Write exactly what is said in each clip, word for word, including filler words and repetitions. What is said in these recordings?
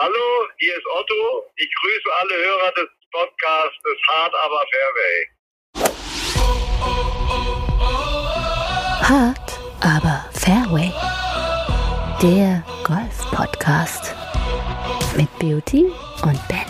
Hallo, hier ist Otto. Ich grüße alle Hörer des Podcasts Hard aber Fairway. Hard aber Fairway. Der Golf-Podcast mit Beauty und Benny.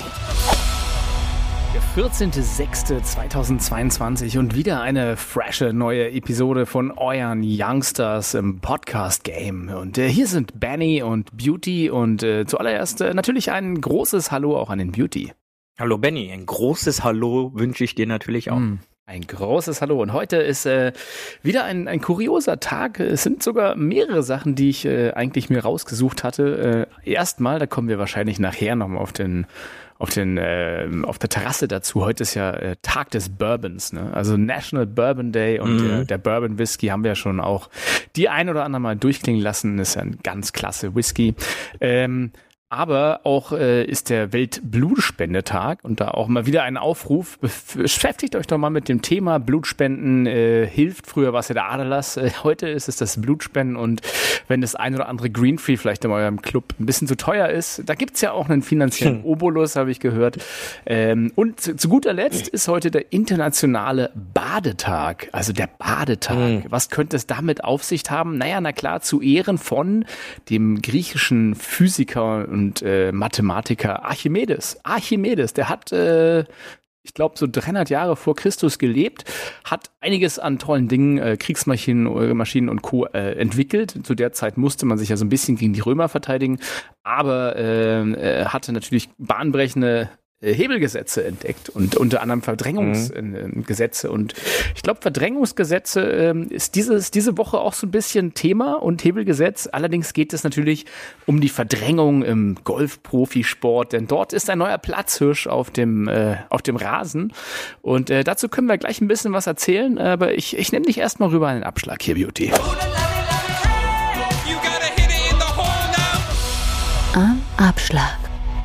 Der vierzehnter sechster zweitausendzweiundzwanzig und wieder eine frische neue Episode von euren Youngsters im Podcast-Game. Und äh, hier sind Benny und Beauty und äh, zuallererst äh, natürlich ein großes Hallo auch an den Beauty. Hallo Benny, ein großes Hallo wünsche ich dir natürlich auch. Mm. Ein großes Hallo. Und heute ist äh, wieder ein, ein kurioser Tag. Es sind sogar mehrere Sachen, die ich äh, eigentlich mir rausgesucht hatte. Äh, Erstmal, da kommen wir wahrscheinlich nachher nochmal auf den auf den äh, auf der Terrasse dazu. Heute ist ja äh, Tag des Bourbons, ne? Also National Bourbon Day und mhm. der, der Bourbon Whisky haben wir ja schon auch die ein oder andere Mal durchklingen lassen. Das ist ja ein ganz klasse Whisky. Ähm, Aber auch äh, ist der Weltblutspendetag und da auch mal wieder ein Aufruf. Beschäftigt euch doch mal mit dem Thema Blutspenden. Äh, hilft, früher war es ja der Aderlass, äh, heute ist es das Blutspenden. Und wenn das ein oder andere Greenfree vielleicht in eurem Club ein bisschen zu teuer ist, da gibt's ja auch einen finanziellen hm. Obolus, habe ich gehört. Ähm, und zu, zu guter Letzt ist heute der internationale Badetag, also der Badetag. Hm. Was könnte es damit auf sich haben? Naja, na klar, zu Ehren von dem griechischen Physiker und Und äh, Mathematiker Archimedes. Archimedes, der hat, äh, ich glaube, so dreihundert Jahre vor Christus gelebt, hat einiges an tollen Dingen, äh, Kriegsmaschinen äh, Maschinen und Co. Äh, entwickelt. Zu der Zeit musste man sich ja so ein bisschen gegen die Römer verteidigen, aber äh, er hatte natürlich bahnbrechende Hebelgesetze entdeckt und unter anderem Verdrängungsgesetze. Mhm. Und ich glaube, Verdrängungsgesetze ähm, ist dieses, diese Woche auch so ein bisschen Thema und Hebelgesetz. Allerdings geht es natürlich um die Verdrängung im Golf-Profisport, denn dort ist ein neuer Platzhirsch auf dem, äh, auf dem Rasen. Und äh, dazu können wir gleich ein bisschen was erzählen, aber ich, ich nehme dich erstmal rüber an den Abschlag hier, Beauty. Am Abschlag.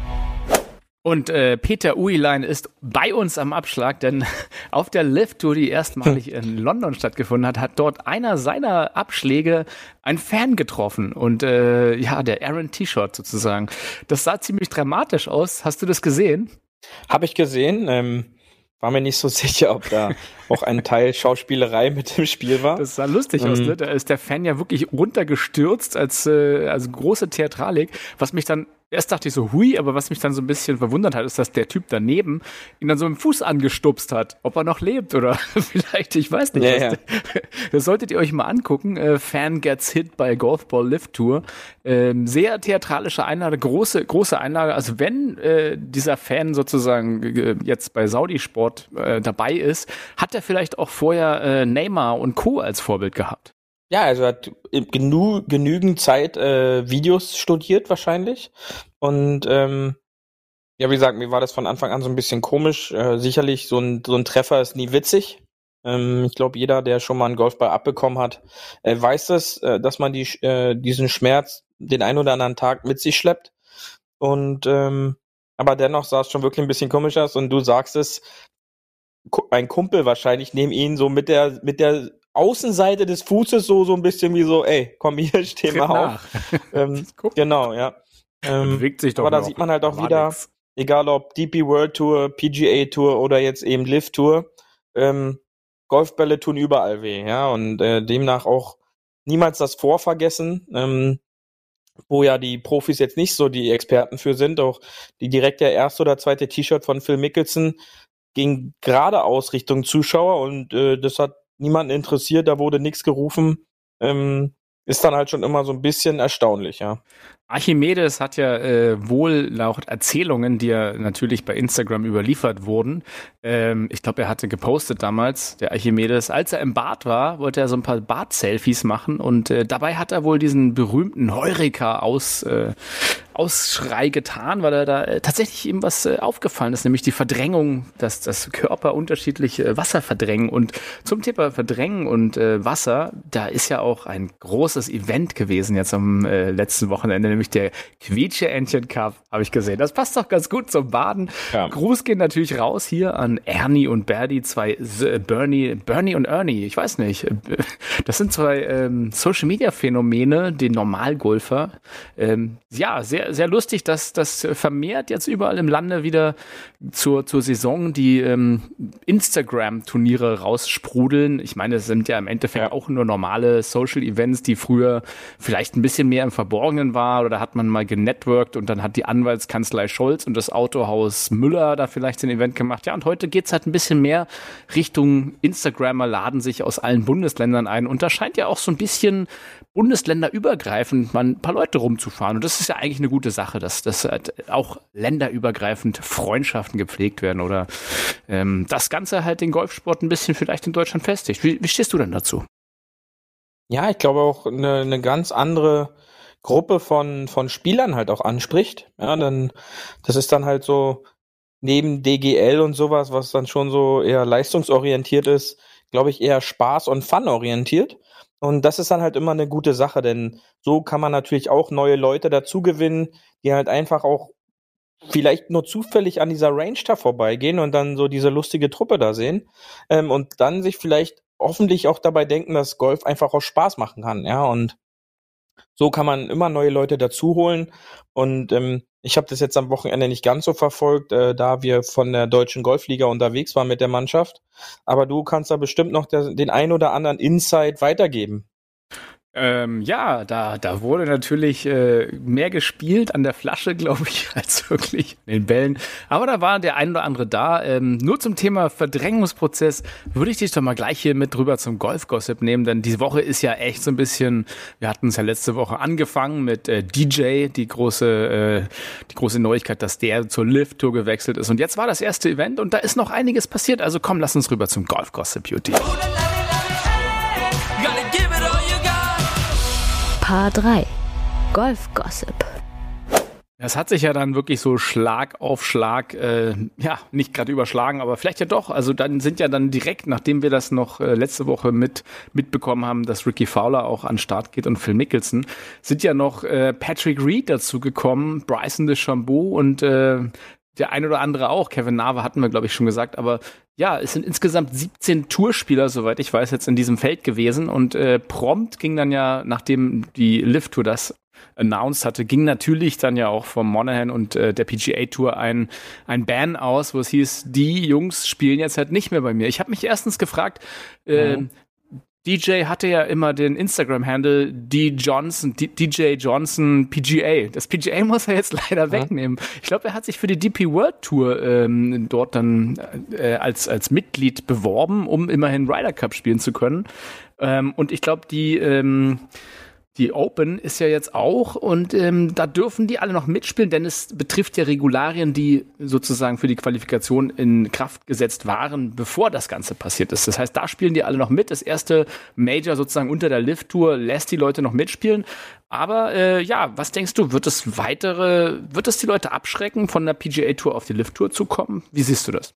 Und äh, Peter Uihlein ist bei uns am Abschlag, denn auf der Live Tour, die erstmalig in London stattgefunden hat, hat dort einer seiner Abschläge einen Fan getroffen. Und äh, ja, der Aaron T-Shirt sozusagen. Das sah ziemlich dramatisch aus. Hast du das gesehen? Habe ich gesehen. Ähm, war mir nicht so sicher, ob da auch ein Teil Schauspielerei mit im Spiel war. Das sah lustig mhm. aus, ne? Da ist der Fan ja wirklich runtergestürzt als, äh, als große Theatralik, was mich dann erst dachte ich so, hui, aber was mich dann so ein bisschen verwundert hat, ist, dass der Typ daneben ihn dann so im Fuß angestupst hat. Ob er noch lebt oder vielleicht, ich weiß nicht. Ja, ja. Das solltet ihr euch mal angucken. Äh, Fan gets hit bei Golfball Live Tour. Ähm, sehr theatralische Einlage, große große Einlage. Also wenn äh, dieser Fan sozusagen äh, jetzt bei Saudi-Sport äh, dabei ist, hat er vielleicht auch vorher äh, Neymar und Co. als Vorbild gehabt. Ja, also er hat genü- genügend Zeit äh, Videos studiert wahrscheinlich und ähm, ja, wie gesagt, mir war das von Anfang an so ein bisschen komisch. Äh, sicherlich, so ein, so ein Treffer ist nie witzig. Ähm, ich glaube, jeder, der schon mal einen Golfball abbekommen hat, äh, weiß das, äh, dass man die, äh, diesen Schmerz den einen oder anderen Tag mit sich schleppt. Und ähm, aber dennoch sah es schon wirklich ein bisschen komisch aus und du sagst es, ein Kumpel wahrscheinlich neben ihn so mit der mit der Außenseite des Fußes so so ein bisschen wie so, ey, komm hier, steh mal auf. ähm, genau, ja. Ähm, bewegt sich doch aber da noch. sieht man halt auch War wieder, nix. Egal ob D P World Tour, P G A Tour oder jetzt eben Live Tour, ähm, Golfbälle tun überall weh, ja, und äh, demnach auch niemals das Vorvergessen, ähm, wo ja die Profis jetzt nicht so die Experten für sind, auch die direkt der erste oder zweite T-Shirt von Phil Mickelson ging geradeaus Richtung Zuschauer und äh, das hat niemanden interessiert, da wurde nichts gerufen, ähm, ist dann halt schon immer so ein bisschen erstaunlich, ja. Archimedes hat ja äh, wohl laut Erzählungen, die ja natürlich bei Instagram überliefert wurden, ähm, ich glaube, er hatte gepostet damals, der Archimedes, als er im Bad war, wollte er so ein paar Bad-Selfies machen und äh, dabei hat er wohl diesen berühmten Heureka aus, äh, Ausschrei getan, weil er da äh, tatsächlich ihm was äh, aufgefallen ist, nämlich die Verdrängung, dass das Körper unterschiedlich äh, Wasser verdrängen. Und zum Thema Verdrängen und äh, Wasser, da ist ja auch ein großes Event gewesen jetzt am äh, letzten Wochenende, nämlich der Quietsche-Entchen Cup, habe ich gesehen. Das passt doch ganz gut zum Baden. Ja. Gruß geht natürlich raus hier an Ernie und Bernie, zwei äh, Bernie, Bernie und Ernie, ich weiß nicht. Das sind zwei ähm, Social-Media-Phänomene, den Normalgolfer. Ähm, ja, sehr sehr, sehr lustig, dass das vermehrt jetzt überall im Lande wieder zur, zur Saison die ähm, Instagram-Turniere raussprudeln. Ich meine, es sind ja im Endeffekt ja. auch nur normale Social-Events, die früher vielleicht ein bisschen mehr im Verborgenen war, oder hat man mal genetworked und dann hat die Anwaltskanzlei Scholz und das Autohaus Müller da vielleicht ein Event gemacht. Ja, und heute geht's halt ein bisschen mehr Richtung Instagrammer, laden sich aus allen Bundesländern ein, und da scheint ja auch so ein bisschen bundesländerübergreifend mal ein paar Leute rumzufahren. Und das ist ja eigentlich eine gute Sache, dass, dass halt auch länderübergreifend Freundschaften gepflegt werden oder ähm, das Ganze halt den Golfsport ein bisschen vielleicht in Deutschland festigt. Wie, wie stehst du denn dazu? Ja, ich glaube auch eine, eine ganz andere Gruppe von, von Spielern halt auch anspricht. Ja, dann, das ist dann halt so neben D G L und sowas, was dann schon so eher leistungsorientiert ist, glaube ich, eher Spaß- und Fun-orientiert. Und das ist dann halt immer eine gute Sache, denn so kann man natürlich auch neue Leute dazu gewinnen, die halt einfach auch vielleicht nur zufällig an dieser Range da vorbeigehen und dann so diese lustige Truppe da sehen ähm, und dann sich vielleicht hoffentlich auch dabei denken, dass Golf einfach auch Spaß machen kann, ja, und so kann man immer neue Leute dazu holen. Und ähm, ich habe das jetzt am Wochenende nicht ganz so verfolgt, äh, da wir von der Deutschen Golfliga unterwegs waren mit der Mannschaft. Aber du kannst da bestimmt noch der, den ein oder anderen Insight weitergeben. Ähm, ja, da, da wurde natürlich äh, mehr gespielt an der Flasche, glaube ich, als wirklich an den Bällen. Aber da war der ein oder andere da. Ähm, nur zum Thema Verdrängungsprozess würde ich dich doch mal gleich hier mit rüber zum Golf-Gossip nehmen, denn diese Woche ist ja echt so ein bisschen, wir hatten es ja letzte Woche angefangen mit äh, D J, die große, äh, die große Neuigkeit, dass der zur Lift-Tour gewechselt ist. Und jetzt war das erste Event und da ist noch einiges passiert. Also komm, lass uns rüber zum Golf-Gossip, Beauty. Paar drei. Golf-Gossip. Das hat sich ja dann wirklich so Schlag auf Schlag, äh, ja, nicht gerade überschlagen, aber vielleicht ja doch. Also dann sind ja dann direkt, nachdem wir das noch äh, letzte Woche mit mitbekommen haben, dass Ricky Fowler auch an den Start geht und Phil Mickelson, sind ja noch äh, Patrick Reed dazu gekommen, Bryson DeChambeau und äh, der ein oder andere auch. Kevin Na hatten wir, glaube ich, schon gesagt. Aber ja, es sind insgesamt siebzehn Tourspieler, soweit ich weiß, jetzt in diesem Feld gewesen. Und äh, prompt ging dann ja, nachdem die Live Tour das announced hatte, ging natürlich dann ja auch vom Monahan und äh, der P G A Tour ein, ein Ban aus, wo es hieß, die Jungs spielen jetzt halt nicht mehr bei mir. Ich habe mich erstens gefragt, äh, mhm. D J hatte ja immer den Instagram-Handle D. Johnson, D- D J Johnson P G A. Das P G A muss er jetzt leider ja. wegnehmen. Ich glaube, er hat sich für die D P World Tour ähm, dort dann äh, als, als Mitglied beworben, um immerhin Ryder Cup spielen zu können. Ähm, und ich glaube, die ähm, Die Open ist ja jetzt auch, und ähm, da dürfen die alle noch mitspielen, denn es betrifft ja Regularien, die sozusagen für die Qualifikation in Kraft gesetzt waren, bevor das Ganze passiert ist. Das heißt, da spielen die alle noch mit. Das erste Major sozusagen unter der Live Tour lässt die Leute noch mitspielen. Aber äh, ja, was denkst du, wird es weitere, wird es die Leute abschrecken, von der P G A Tour auf die Live Tour zu kommen? Wie siehst du das?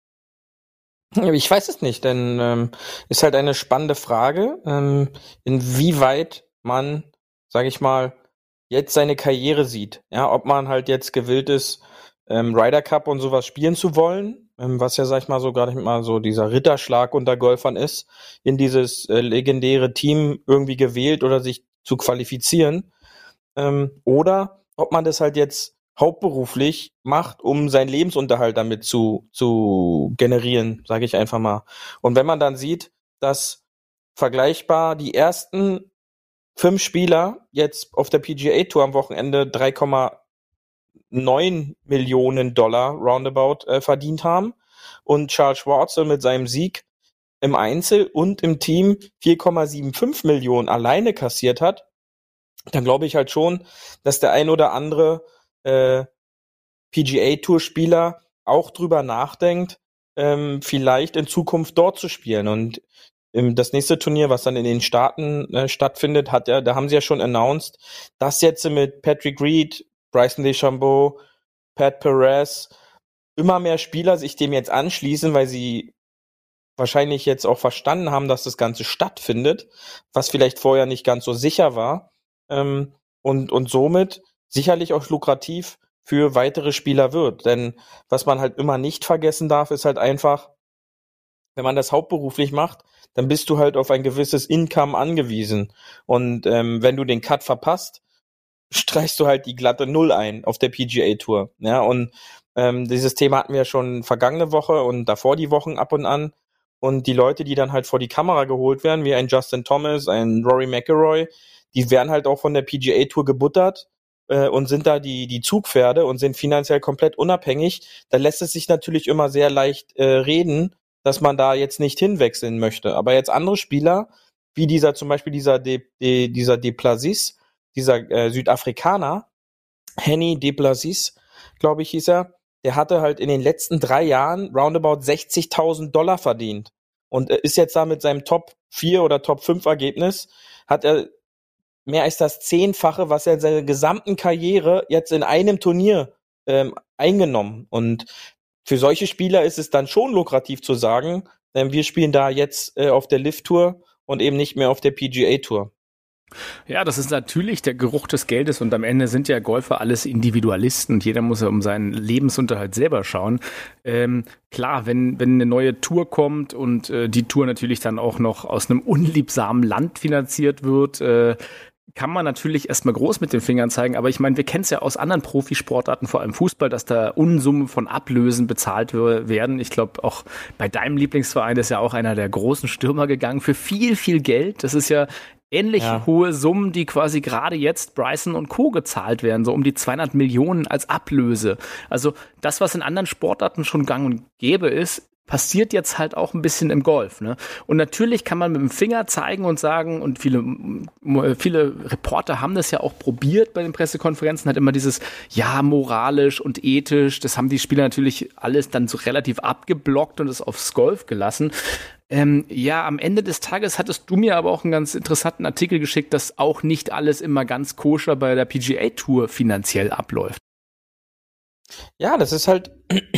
Ich weiß es nicht, denn ähm, ist halt eine spannende Frage, ähm, inwieweit man, sage ich mal, jetzt seine Karriere sieht. Ja, ob man halt jetzt gewillt ist, ähm, Ryder Cup und sowas spielen zu wollen, ähm, was ja, sag ich mal, so gar nicht mal so dieser Ritterschlag unter Golfern ist, in dieses äh, legendäre Team irgendwie gewählt oder sich zu qualifizieren. Ähm, oder ob man das halt jetzt hauptberuflich macht, um seinen Lebensunterhalt damit zu, zu generieren, sage ich einfach mal. Und wenn man dann sieht, dass vergleichbar die ersten fünf Spieler jetzt auf der P G A Tour am Wochenende drei Komma neun Millionen Dollar roundabout äh, verdient haben und Charles Schwartzel mit seinem Sieg im Einzel und im Team vier Komma fünfundsiebzig Millionen alleine kassiert hat, dann glaube ich halt schon, dass der ein oder andere äh, P G A Tour Spieler auch drüber nachdenkt, ähm, vielleicht in Zukunft dort zu spielen. Und das nächste Turnier, was dann in den Staaten äh, stattfindet, hat ja, da haben sie ja schon announced, dass jetzt mit Patrick Reed, Bryson DeChambeau, Pat Perez immer mehr Spieler sich dem jetzt anschließen, weil sie wahrscheinlich jetzt auch verstanden haben, dass das Ganze stattfindet, was vielleicht vorher nicht ganz so sicher war, ähm, und, und somit sicherlich auch lukrativ für weitere Spieler wird. Denn was man halt immer nicht vergessen darf, ist halt einfach, wenn man das hauptberuflich macht, dann bist du halt auf ein gewisses Income angewiesen. Und ähm, wenn du den Cut verpasst, streichst du halt die glatte Null ein auf der P G A Tour. Ja, und ähm, dieses Thema hatten wir ja schon vergangene Woche und davor die Wochen ab und an. Und die Leute, die dann halt vor die Kamera geholt werden, wie ein Justin Thomas, ein Rory McIlroy, die werden halt auch von der P G A Tour gebuttert äh, und sind da die die Zugpferde und sind finanziell komplett unabhängig. Da lässt es sich natürlich immer sehr leicht äh, reden, dass man da jetzt nicht hinwechseln möchte. Aber jetzt andere Spieler, wie dieser zum Beispiel dieser De, De, dieser Deplazis, dieser äh, Südafrikaner, Henny Deplazis, glaube ich, hieß er, der hatte halt in den letzten drei Jahren roundabout sechzigtausend Dollar verdient und äh, ist jetzt da mit seinem Top vier oder Top fünf Ergebnis, hat er mehr als das Zehnfache, was er in seiner gesamten Karriere jetzt in einem Turnier ähm, eingenommen. Und für solche Spieler ist es dann schon lukrativ zu sagen, äh, wir spielen da jetzt äh, auf der Live Tour und eben nicht mehr auf der P G A Tour. Ja, das ist natürlich der Geruch des Geldes und am Ende sind ja Golfer alles Individualisten und jeder muss ja um seinen Lebensunterhalt selber schauen. Ähm, klar, wenn wenn eine neue Tour kommt und äh, die Tour natürlich dann auch noch aus einem unliebsamen Land finanziert wird, äh, kann man natürlich erstmal groß mit den Fingern zeigen, aber ich meine, wir kennen es ja aus anderen Profisportarten, vor allem Fußball, dass da Unsummen von Ablösen bezahlt werden. Ich glaube, auch bei deinem Lieblingsverein ist ja auch einer der großen Stürmer gegangen für viel, viel Geld. Das ist ja ähnlich ja. hohe Summen, die quasi gerade jetzt Bryson und Co. gezahlt werden, so um die zweihundert Millionen als Ablöse. Also das, was in anderen Sportarten schon gang und gäbe ist, passiert jetzt halt auch ein bisschen im Golf, ne? Und natürlich kann man mit dem Finger zeigen und sagen, und viele, viele Reporter haben das ja auch probiert bei den Pressekonferenzen, halt immer dieses, ja, moralisch und ethisch, das haben die Spieler natürlich alles dann so relativ abgeblockt und es aufs Golf gelassen. Ähm, ja, am Ende des Tages hattest du mir aber auch einen ganz interessanten Artikel geschickt, dass auch nicht alles immer ganz koscher bei der P G A Tour finanziell abläuft. Ja, das ist halt...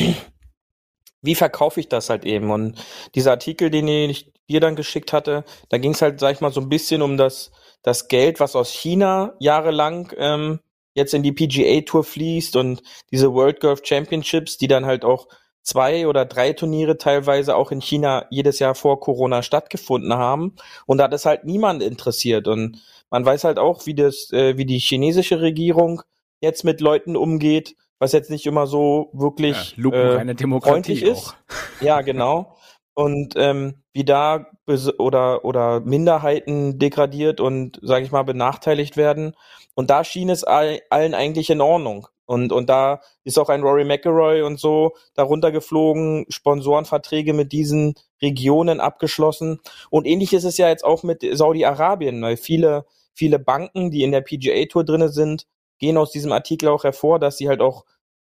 Wie verkaufe ich das halt eben? Und dieser Artikel, den ich dir dann geschickt hatte, da ging es halt, sag ich mal, so ein bisschen um das das Geld, was aus China jahrelang ähm, jetzt in die P G A Tour fließt und diese World Golf Championships, die dann halt auch zwei oder drei Turniere teilweise auch in China jedes Jahr vor Corona stattgefunden haben. Und da hat es halt niemand interessiert. Und man weiß halt auch, wie das, äh, wie die chinesische Regierung jetzt mit Leuten umgeht, was jetzt nicht immer so wirklich ja, lupenreine Demokratie freundlich ist. Ja, genau. Und ähm, wie da bes- oder oder Minderheiten degradiert und, sage ich mal, benachteiligt werden. Und da schien es all, allen eigentlich in Ordnung. Und und da ist auch ein Rory McIlroy und so darunter geflogen, Sponsorenverträge mit diesen Regionen abgeschlossen. Und ähnlich ist es ja jetzt auch mit Saudi-Arabien, weil viele viele Banken, die in der P G A Tour drinne sind, gehen aus diesem Artikel auch hervor, dass sie halt auch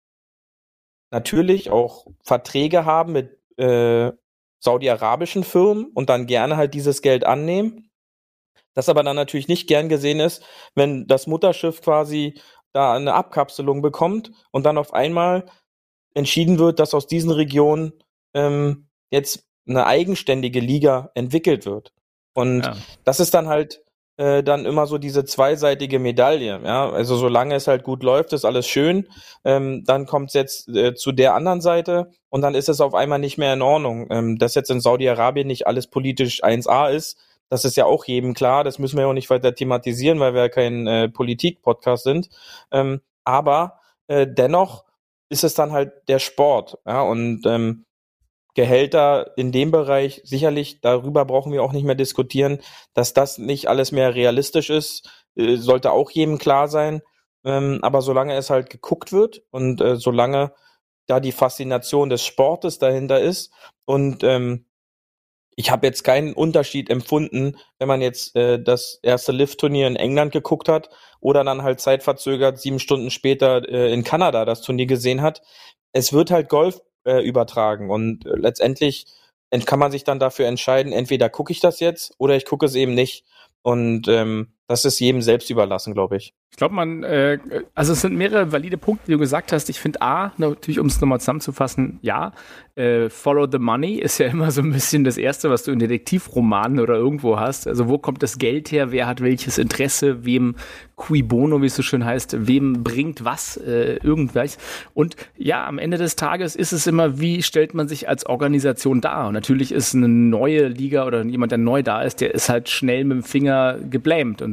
natürlich auch Verträge haben mit äh, saudi-arabischen Firmen und dann gerne halt dieses Geld annehmen. Das aber dann natürlich nicht gern gesehen ist, wenn das Mutterschiff quasi da eine Abkapselung bekommt und dann auf einmal entschieden wird, dass aus diesen Regionen ähm, jetzt eine eigenständige Liga entwickelt wird. Und ja. das ist dann halt äh, dann immer so diese zweiseitige Medaille. Ja, also solange es halt gut läuft, ist alles schön. Ähm, dann kommt es jetzt äh, zu der anderen Seite und dann ist es auf einmal nicht mehr in Ordnung. Ähm, dass jetzt in Saudi-Arabien nicht alles politisch eins a ist, das ist ja auch jedem klar. Das müssen wir auch nicht weiter thematisieren, weil wir ja kein äh, Politik-Podcast sind. Ähm, aber äh, dennoch ist es dann halt der Sport. Ja, und ähm, Gehälter in dem Bereich, sicherlich, darüber brauchen wir auch nicht mehr diskutieren, dass das nicht alles mehr realistisch ist, äh, sollte auch jedem klar sein. Ähm, aber solange es halt geguckt wird und äh, solange da die Faszination des Sportes dahinter ist und ähm, ich habe jetzt keinen Unterschied empfunden, wenn man jetzt äh, das erste Live-Turnier in England geguckt hat oder dann halt zeitverzögert sieben Stunden später äh, in Kanada das Turnier gesehen hat. Es wird halt Golf äh, übertragen und äh, letztendlich kann man sich dann dafür entscheiden, entweder gucke ich das jetzt oder ich gucke es eben nicht. Und ähm, das ist jedem selbst überlassen, glaube ich. Ich glaube, man, äh, also es sind mehrere valide Punkte, die du gesagt hast. Ich finde A, natürlich, um es nochmal zusammenzufassen, ja, äh, Follow the Money ist ja immer so ein bisschen das Erste, was du in Detektivromanen oder irgendwo hast. Also wo kommt das Geld her, wer hat welches Interesse, wem cui bono, wie es so schön heißt, wem bringt was, äh, irgendwas. Und ja, am Ende des Tages ist es immer, wie stellt man sich als Organisation dar? Und natürlich ist eine neue Liga oder jemand, der neu da ist, der ist halt schnell mit dem Finger geblämt und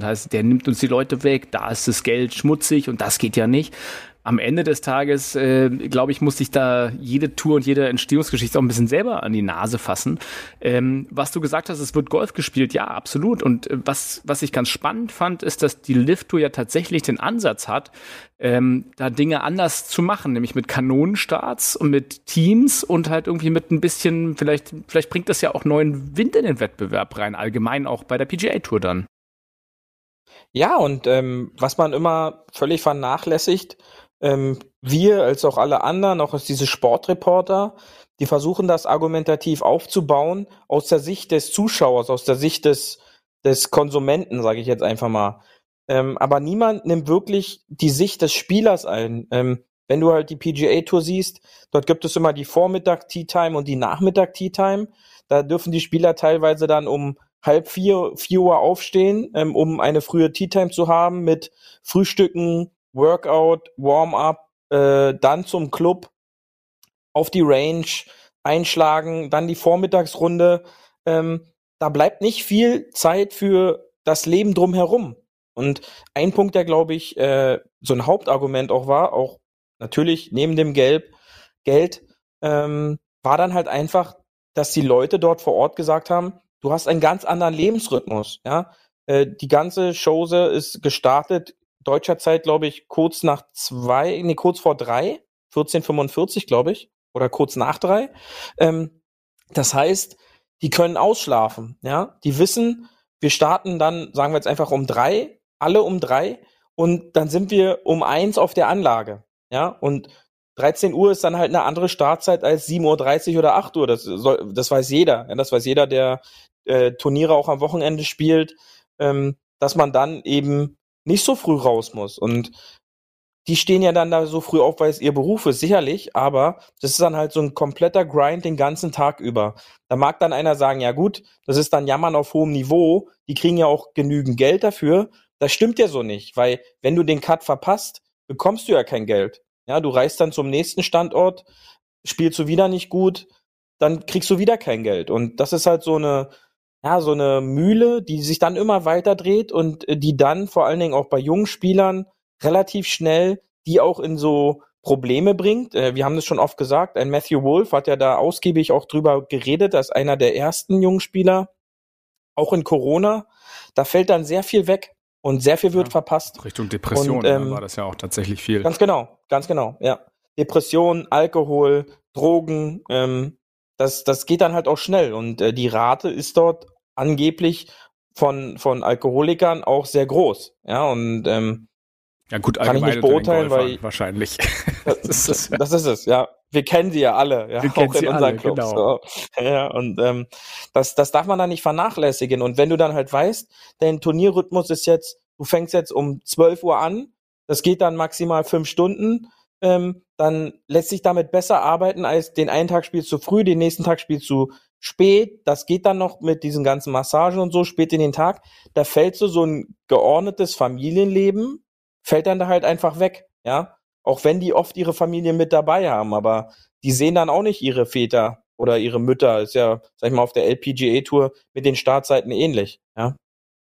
heißt, der nimmt uns die Leute weg, da ist das Geld schmutzig und das geht ja nicht. Am Ende des Tages, äh, glaube ich, muss sich da jede Tour und jede Entstehungsgeschichte auch ein bisschen selber an die Nase fassen. Ähm, was du gesagt hast, es wird Golf gespielt, ja, absolut. Und äh, was, was ich ganz spannend fand, ist, dass die Lift-Tour ja tatsächlich den Ansatz hat, ähm, da Dinge anders zu machen, nämlich mit Kanonenstarts und mit Teams und halt irgendwie mit ein bisschen, vielleicht, vielleicht bringt das ja auch neuen Wind in den Wettbewerb rein, allgemein auch bei der P G A-Tour dann. Ja, und ähm, was man immer völlig vernachlässigt, ähm, wir als auch alle anderen, auch als diese Sportreporter, die versuchen das argumentativ aufzubauen aus der Sicht des Zuschauers, aus der Sicht des, des Konsumenten, sage ich jetzt einfach mal. Ähm, aber niemand nimmt wirklich die Sicht des Spielers ein. Ähm, wenn du halt die P G A-Tour siehst, dort gibt es immer die Vormittag-Tea-Time und die Nachmittag-Tea-Time. Da dürfen die Spieler teilweise dann um halb vier, vier Uhr aufstehen, ähm, um eine frühe Tea-Time zu haben mit Frühstücken, Workout, Warm-up, äh, dann zum Club, auf die Range, einschlagen, dann die Vormittagsrunde. Ähm, da bleibt nicht viel Zeit für das Leben drumherum. Und ein Punkt, der, glaube ich, äh, so ein Hauptargument auch war, auch natürlich neben dem Gelb, Geld, ähm, war dann halt einfach, dass die Leute dort vor Ort gesagt haben, du hast einen ganz anderen Lebensrhythmus, ja. Äh, die ganze Chose ist gestartet, deutscher Zeit, glaube ich, kurz nach zwei, nee, kurz vor drei, vierzehn Uhr fünfundvierzig, glaube ich, oder kurz nach drei. Ähm, das heißt, die können ausschlafen, ja. Die wissen, wir starten dann, sagen wir jetzt einfach um drei, alle um drei, und dann sind wir um eins auf der Anlage, ja. Und dreizehn Uhr ist dann halt eine andere Startzeit als sieben Uhr dreißig oder acht Uhr. Das soll, das weiß jeder. Ja, das weiß jeder, der äh, Turniere auch am Wochenende spielt, ähm, dass man dann eben nicht so früh raus muss. Und die stehen ja dann da so früh auf, weil es ihr Beruf ist, sicherlich, aber das ist dann halt so ein kompletter Grind den ganzen Tag über. Da mag dann einer sagen, ja gut, das ist dann Jammern auf hohem Niveau, die kriegen ja auch genügend Geld dafür. Das stimmt ja so nicht, weil wenn du den Cut verpasst, bekommst du ja kein Geld. Ja, du reist dann zum nächsten Standort, spielst du wieder nicht gut, dann kriegst du wieder kein Geld. Und das ist halt so eine, ja, so eine Mühle, die sich dann immer weiter dreht und die dann vor allen Dingen auch bei jungen Spielern relativ schnell die auch in so Probleme bringt. Wir haben das schon oft gesagt, ein Matthew Wolff hat ja da ausgiebig auch drüber geredet, als einer der ersten jungen Spieler, auch in Corona. Da fällt dann sehr viel weg. Und sehr viel wird ja verpasst. Richtung Depression und, ähm, war das ja auch tatsächlich viel. Ganz genau, ganz genau, ja. Depression, Alkohol, Drogen, ähm, das, das geht dann halt auch schnell. Und äh, die Rate ist dort angeblich von, von Alkoholikern auch sehr groß. Ja, und ähm, ja, gut, kann ich nicht beurteilen, weil wahrscheinlich. Das, das, ist das ist es, ja. Wir kennen sie ja alle, ja, Wir auch in unseren Clubs. Genau. So. Ja, und ähm, das, das darf man dann nicht vernachlässigen. Und wenn du dann halt weißt, dein Turnierrhythmus ist jetzt, du fängst jetzt um zwölf Uhr an, das geht dann maximal fünf Stunden, ähm, dann lässt sich damit besser arbeiten, als den einen Tag spielst du früh, den nächsten Tag spielst du spät. Das geht dann noch mit diesen ganzen Massagen und so, spät in den Tag. Da fällt so so ein geordnetes Familienleben, fällt dann da halt einfach weg, ja. Auch wenn die oft ihre Familien mit dabei haben, aber die sehen dann auch nicht ihre Väter oder ihre Mütter. Ist ja, sag ich mal, auf der L P G A-Tour mit den Startzeiten ähnlich, ja.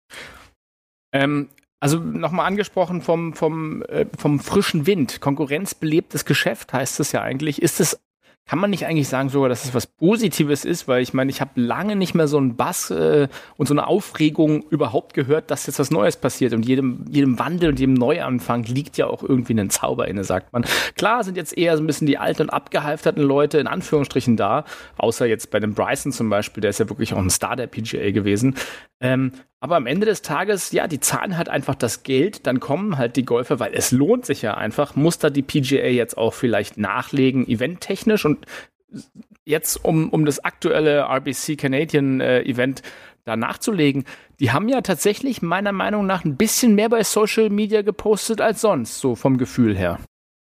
Ähm, also nochmal angesprochen vom, vom, äh, vom frischen Wind. Konkurrenzbelebtes Geschäft heißt es ja eigentlich. Ist es, kann man nicht eigentlich sagen sogar, dass es was Positives ist? Weil ich meine, ich habe lange nicht mehr so einen Bass äh, und so eine Aufregung überhaupt gehört, dass jetzt was Neues passiert. Und jedem, jedem Wandel und jedem Neuanfang liegt ja auch irgendwie ein Zauber inne, sagt man. Klar sind jetzt eher so ein bisschen die alten und abgehalfterten Leute in Anführungsstrichen da, außer jetzt bei dem Bryson zum Beispiel, der ist ja wirklich auch ein Star der P G A gewesen. Ähm, aber am Ende des Tages, ja, die zahlen halt einfach das Geld, dann kommen halt die Golfer, weil es lohnt sich ja einfach, muss da die P G A jetzt auch vielleicht nachlegen, eventtechnisch. Und jetzt, um, um das aktuelle R B C Canadian äh, Event da nachzulegen, die haben ja tatsächlich meiner Meinung nach ein bisschen mehr bei Social Media gepostet als sonst, so vom Gefühl her.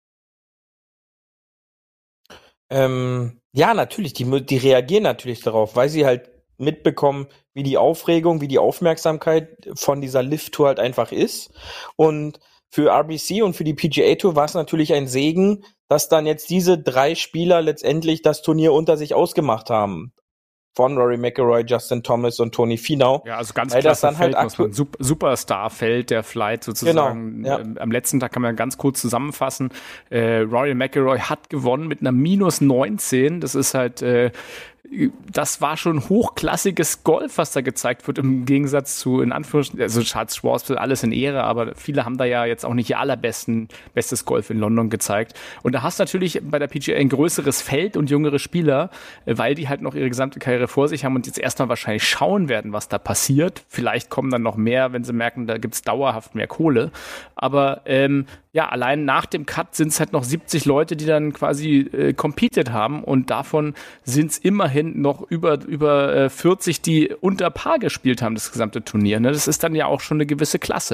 Ähm, ja, natürlich, die, die reagieren natürlich darauf, weil sie halt mitbekommen, wie die Aufregung, wie die Aufmerksamkeit von dieser Lift-Tour halt einfach ist. Und für R B C und für die P G A-Tour war es natürlich ein Segen, dass dann jetzt diese drei Spieler letztendlich das Turnier unter sich ausgemacht haben. von Rory McIlroy, Justin Thomas und Tony Finau. Ja, also ganz weil das klasse dann halt Feld, muss man, Sup- Superstar-Feld der Flight sozusagen. Genau, ja. Ähm, am letzten Tag kann man ganz kurz zusammenfassen. Äh, Rory McIlroy hat gewonnen mit einer minus neunzehn. Das ist halt, äh, das war schon hochklassiges Golf, was da gezeigt wird, im Gegensatz zu, in Anführungsstrichen, also Charles Schwartz, alles in Ehre, aber viele haben da ja jetzt auch nicht ihr allerbesten, bestes Golf in London gezeigt. Und da hast du natürlich bei der P G A ein größeres Feld und jüngere Spieler, weil die halt noch ihre gesamte Karriere vor sich haben und jetzt erstmal wahrscheinlich schauen werden, was da passiert. Vielleicht kommen dann noch mehr, wenn sie merken, da gibt's dauerhaft mehr Kohle. Aber ähm, ja, allein nach dem Cut sind es halt noch siebzig Leute, die dann quasi äh, competed haben und davon sind es immerhin noch über, über äh, vierzig, die unter Paar gespielt haben, das gesamte Turnier. Ne? Das ist dann ja auch schon eine gewisse Klasse.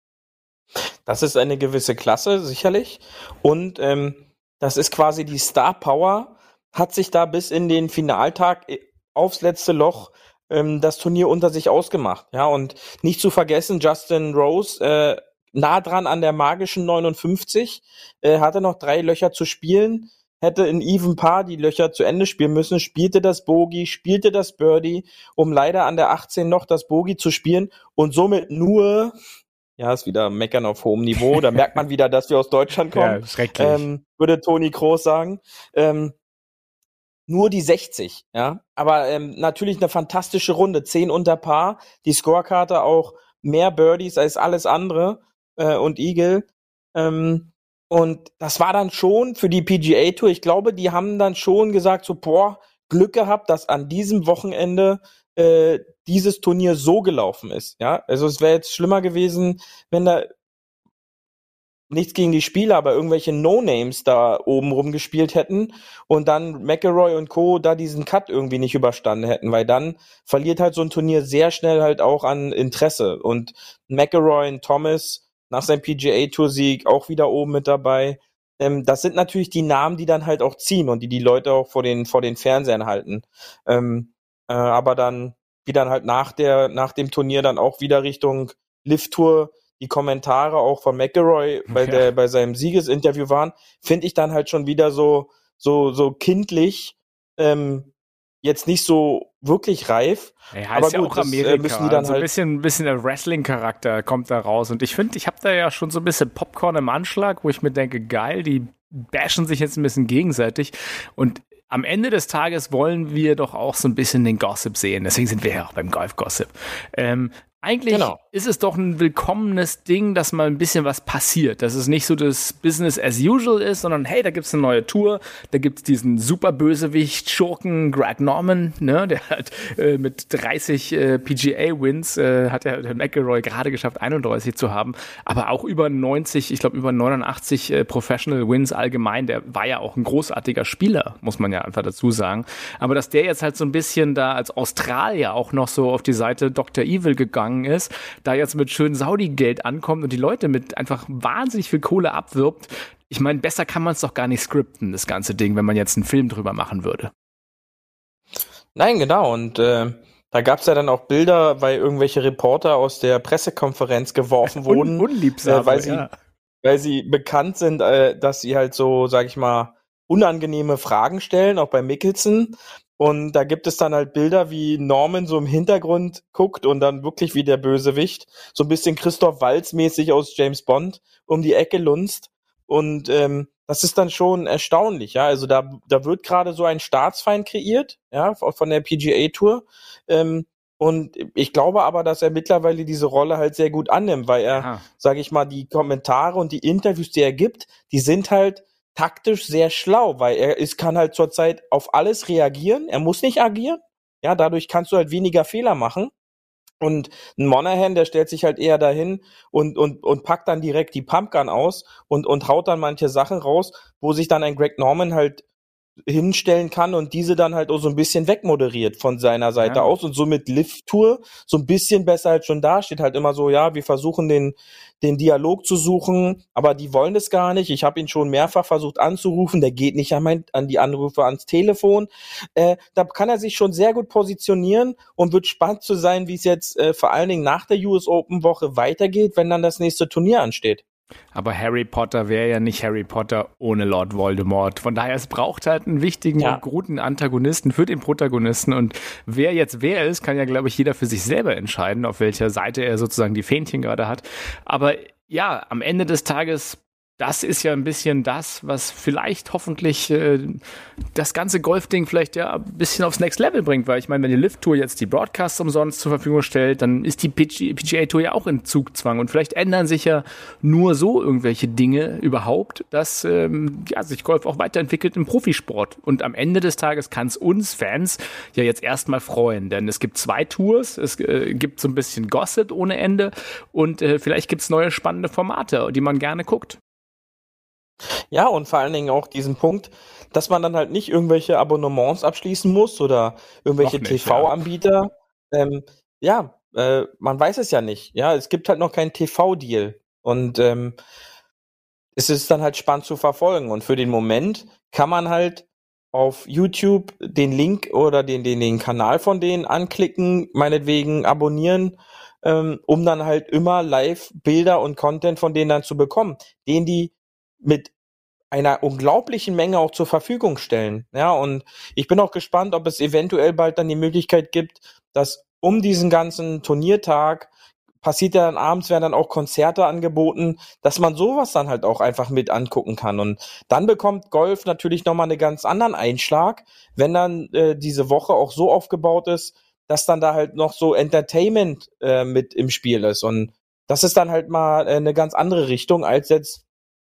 Das ist eine gewisse Klasse, sicherlich. Und ähm, das ist quasi die Star Power, hat sich da bis in den Finaltag aufs letzte Loch ähm, das Turnier unter sich ausgemacht. Ja, und nicht zu vergessen, Justin Rose, äh, nah dran an der magischen neunundfünfzig, äh, hatte noch drei Löcher zu spielen, hätte in Even Par die Löcher zu Ende spielen müssen, spielte das Bogey, spielte das Birdie, um leider an der achtzehn noch das Bogey zu spielen und somit nur, ja, ist wieder Meckern auf hohem Niveau, da merkt man wieder, dass wir aus Deutschland kommen, Ja, schrecklich. ähm, würde Toni Kroos sagen, ähm, nur die sechzig, ja, aber ähm, natürlich eine fantastische Runde, zehn unter Par, die Scorekarte auch mehr Birdies als alles andere, äh, und Eagle, ähm, und das war dann schon für die P G A Tour, ich glaube, die haben dann schon gesagt, so, boah, Glück gehabt, dass an diesem Wochenende äh, dieses Turnier so gelaufen ist, ja, also es wäre jetzt schlimmer gewesen, wenn da nichts gegen die Spieler, aber irgendwelche No-Names da oben rumgespielt hätten und dann McIlroy und Co. da diesen Cut irgendwie nicht überstanden hätten, weil dann verliert halt so ein Turnier sehr schnell halt auch an Interesse und McIlroy und Thomas nach seinem P G A Tour Sieg auch wieder oben mit dabei. Ähm, das sind natürlich die Namen, die dann halt auch ziehen und die die Leute auch vor den vor den Fernsehern halten. Ähm, äh, aber dann, wie dann halt nach der nach dem Turnier dann auch wieder Richtung Live Tour die Kommentare auch von McIlroy bei Ja. der bei seinem Siegesinterview waren, finde ich dann halt schon wieder so so so kindlich, ähm, jetzt nicht so wirklich reif. Ja, aber ist ja gut, auch das, äh, Amerika. müssen die dann also ein halt bisschen, ein bisschen der Wrestling-Charakter kommt da raus. Und ich finde, ich habe da ja schon so ein bisschen Popcorn im Anschlag, wo ich mir denke, geil, die bashen sich jetzt ein bisschen gegenseitig. Und am Ende des Tages wollen wir doch auch so ein bisschen den Gossip sehen. Deswegen sind wir ja auch beim Golf-Gossip. Ähm, Eigentlich Genau. ist es doch ein willkommenes Ding, dass mal ein bisschen was passiert. Dass es nicht so das Business as usual ist, sondern hey, da gibt's eine neue Tour, da gibt's diesen super Bösewicht Schurken Greg Norman, ne, der hat äh, mit dreißig äh, P G A-Wins, äh, hat ja der McIlroy gerade geschafft, einunddreißig zu haben, aber auch über neunzig, ich glaube über neunundachtzig äh, Professional Wins allgemein. Der war ja auch ein großartiger Spieler, muss man ja einfach dazu sagen. Aber dass der jetzt halt so ein bisschen da als Australier auch noch so auf die Seite Doktor Evil gegangen ist, da jetzt mit schön Saudi-Geld ankommt und die Leute mit einfach wahnsinnig viel Kohle abwirbt. Ich meine, besser kann man es doch gar nicht skripten, das ganze Ding, wenn man jetzt einen Film drüber machen würde. Nein, genau. Und äh, da gab es ja dann auch Bilder, weil irgendwelche Reporter aus der Pressekonferenz geworfen wurden, Un- unliebsam, äh, weil sie, ja. weil sie bekannt sind, äh, dass sie halt so, sag ich mal, unangenehme Fragen stellen, auch bei Mickelson. Und da gibt es dann halt Bilder, wie Norman so im Hintergrund guckt und dann wirklich wie der Bösewicht, so ein bisschen Christoph Waltz-mäßig aus James Bond um die Ecke lunzt. Und ähm, das ist dann schon erstaunlich, ja. Also da da wird gerade so ein Staatsfeind kreiert, ja, von der P G A Tour. Ähm, und ich glaube aber, dass er mittlerweile diese Rolle halt sehr gut annimmt, weil er, Aha. sage ich mal, die Kommentare und die Interviews, die er gibt, die sind halt taktisch sehr schlau, weil er ist, kann halt zurzeit auf alles reagieren. Er muss nicht agieren. Ja, dadurch kannst du halt weniger Fehler machen. Und ein Monahan, der stellt sich halt eher dahin und, und, und packt dann direkt die Pumpgun aus und, und haut dann manche Sachen raus, wo sich dann ein Greg Norman halt hinstellen kann und diese dann halt auch so ein bisschen wegmoderiert von seiner Seite Ja. aus und somit Live Tour so ein bisschen besser halt schon da steht, halt immer so, ja, wir versuchen den den Dialog zu suchen, aber die wollen es gar nicht. Ich habe ihn schon mehrfach versucht anzurufen, der geht nicht an, mein, an die Anrufe ans Telefon. Äh, da kann er sich schon sehr gut positionieren und wird spannend zu sein, wie es jetzt äh, vor allen Dingen nach der U S Open Woche weitergeht, wenn dann das nächste Turnier ansteht. Aber Harry Potter wäre ja nicht Harry Potter ohne Lord Voldemort. Von daher, es braucht halt einen wichtigen Ja. und guten Antagonisten für den Protagonisten. Und wer jetzt wer ist, kann ja, glaube ich, jeder für sich selber entscheiden, auf welcher Seite er sozusagen die Fähnchen gerade hat. Aber ja, am Ende des Tages, das ist ja ein bisschen das, was vielleicht hoffentlich äh, das ganze Golfding vielleicht ja ein bisschen aufs Next Level bringt, weil ich meine, wenn die Lift Tour jetzt die Broadcasts umsonst zur Verfügung stellt, dann ist die P G A Tour ja auch in Zugzwang und vielleicht ändern sich ja nur so irgendwelche Dinge überhaupt, dass ähm, ja, sich Golf auch weiterentwickelt im Profisport. Und am Ende des Tages kann es uns Fans ja jetzt erstmal freuen, denn es gibt zwei Tours, es äh, gibt so ein bisschen Gossip ohne Ende und äh, vielleicht gibt es neue spannende Formate, die man gerne guckt. Ja, und vor allen Dingen auch diesen Punkt, dass man dann halt nicht irgendwelche Abonnements abschließen muss oder irgendwelche Noch nicht, T V-Anbieter. Ja, ähm, ja äh, man weiß es ja nicht. Ja, es gibt halt noch keinen T V-Deal. Und ähm, es ist dann halt spannend zu verfolgen. Und für den Moment kann man halt auf YouTube den Link oder den, den, den Kanal von denen anklicken, meinetwegen abonnieren, ähm, um dann halt immer live Bilder und Content von denen dann zu bekommen, den die mit einer unglaublichen Menge auch zur Verfügung stellen. Ja, und ich bin auch gespannt, ob es eventuell bald dann die Möglichkeit gibt, dass um diesen ganzen Turniertag passiert ja dann abends, werden dann auch Konzerte angeboten, dass man sowas dann halt auch einfach mit angucken kann. Und dann bekommt Golf natürlich nochmal einen ganz anderen Einschlag, wenn dann äh, diese Woche auch so aufgebaut ist, dass dann da halt noch so Entertainment äh, mit im Spiel ist. Und das ist dann halt mal äh, eine ganz andere Richtung, als jetzt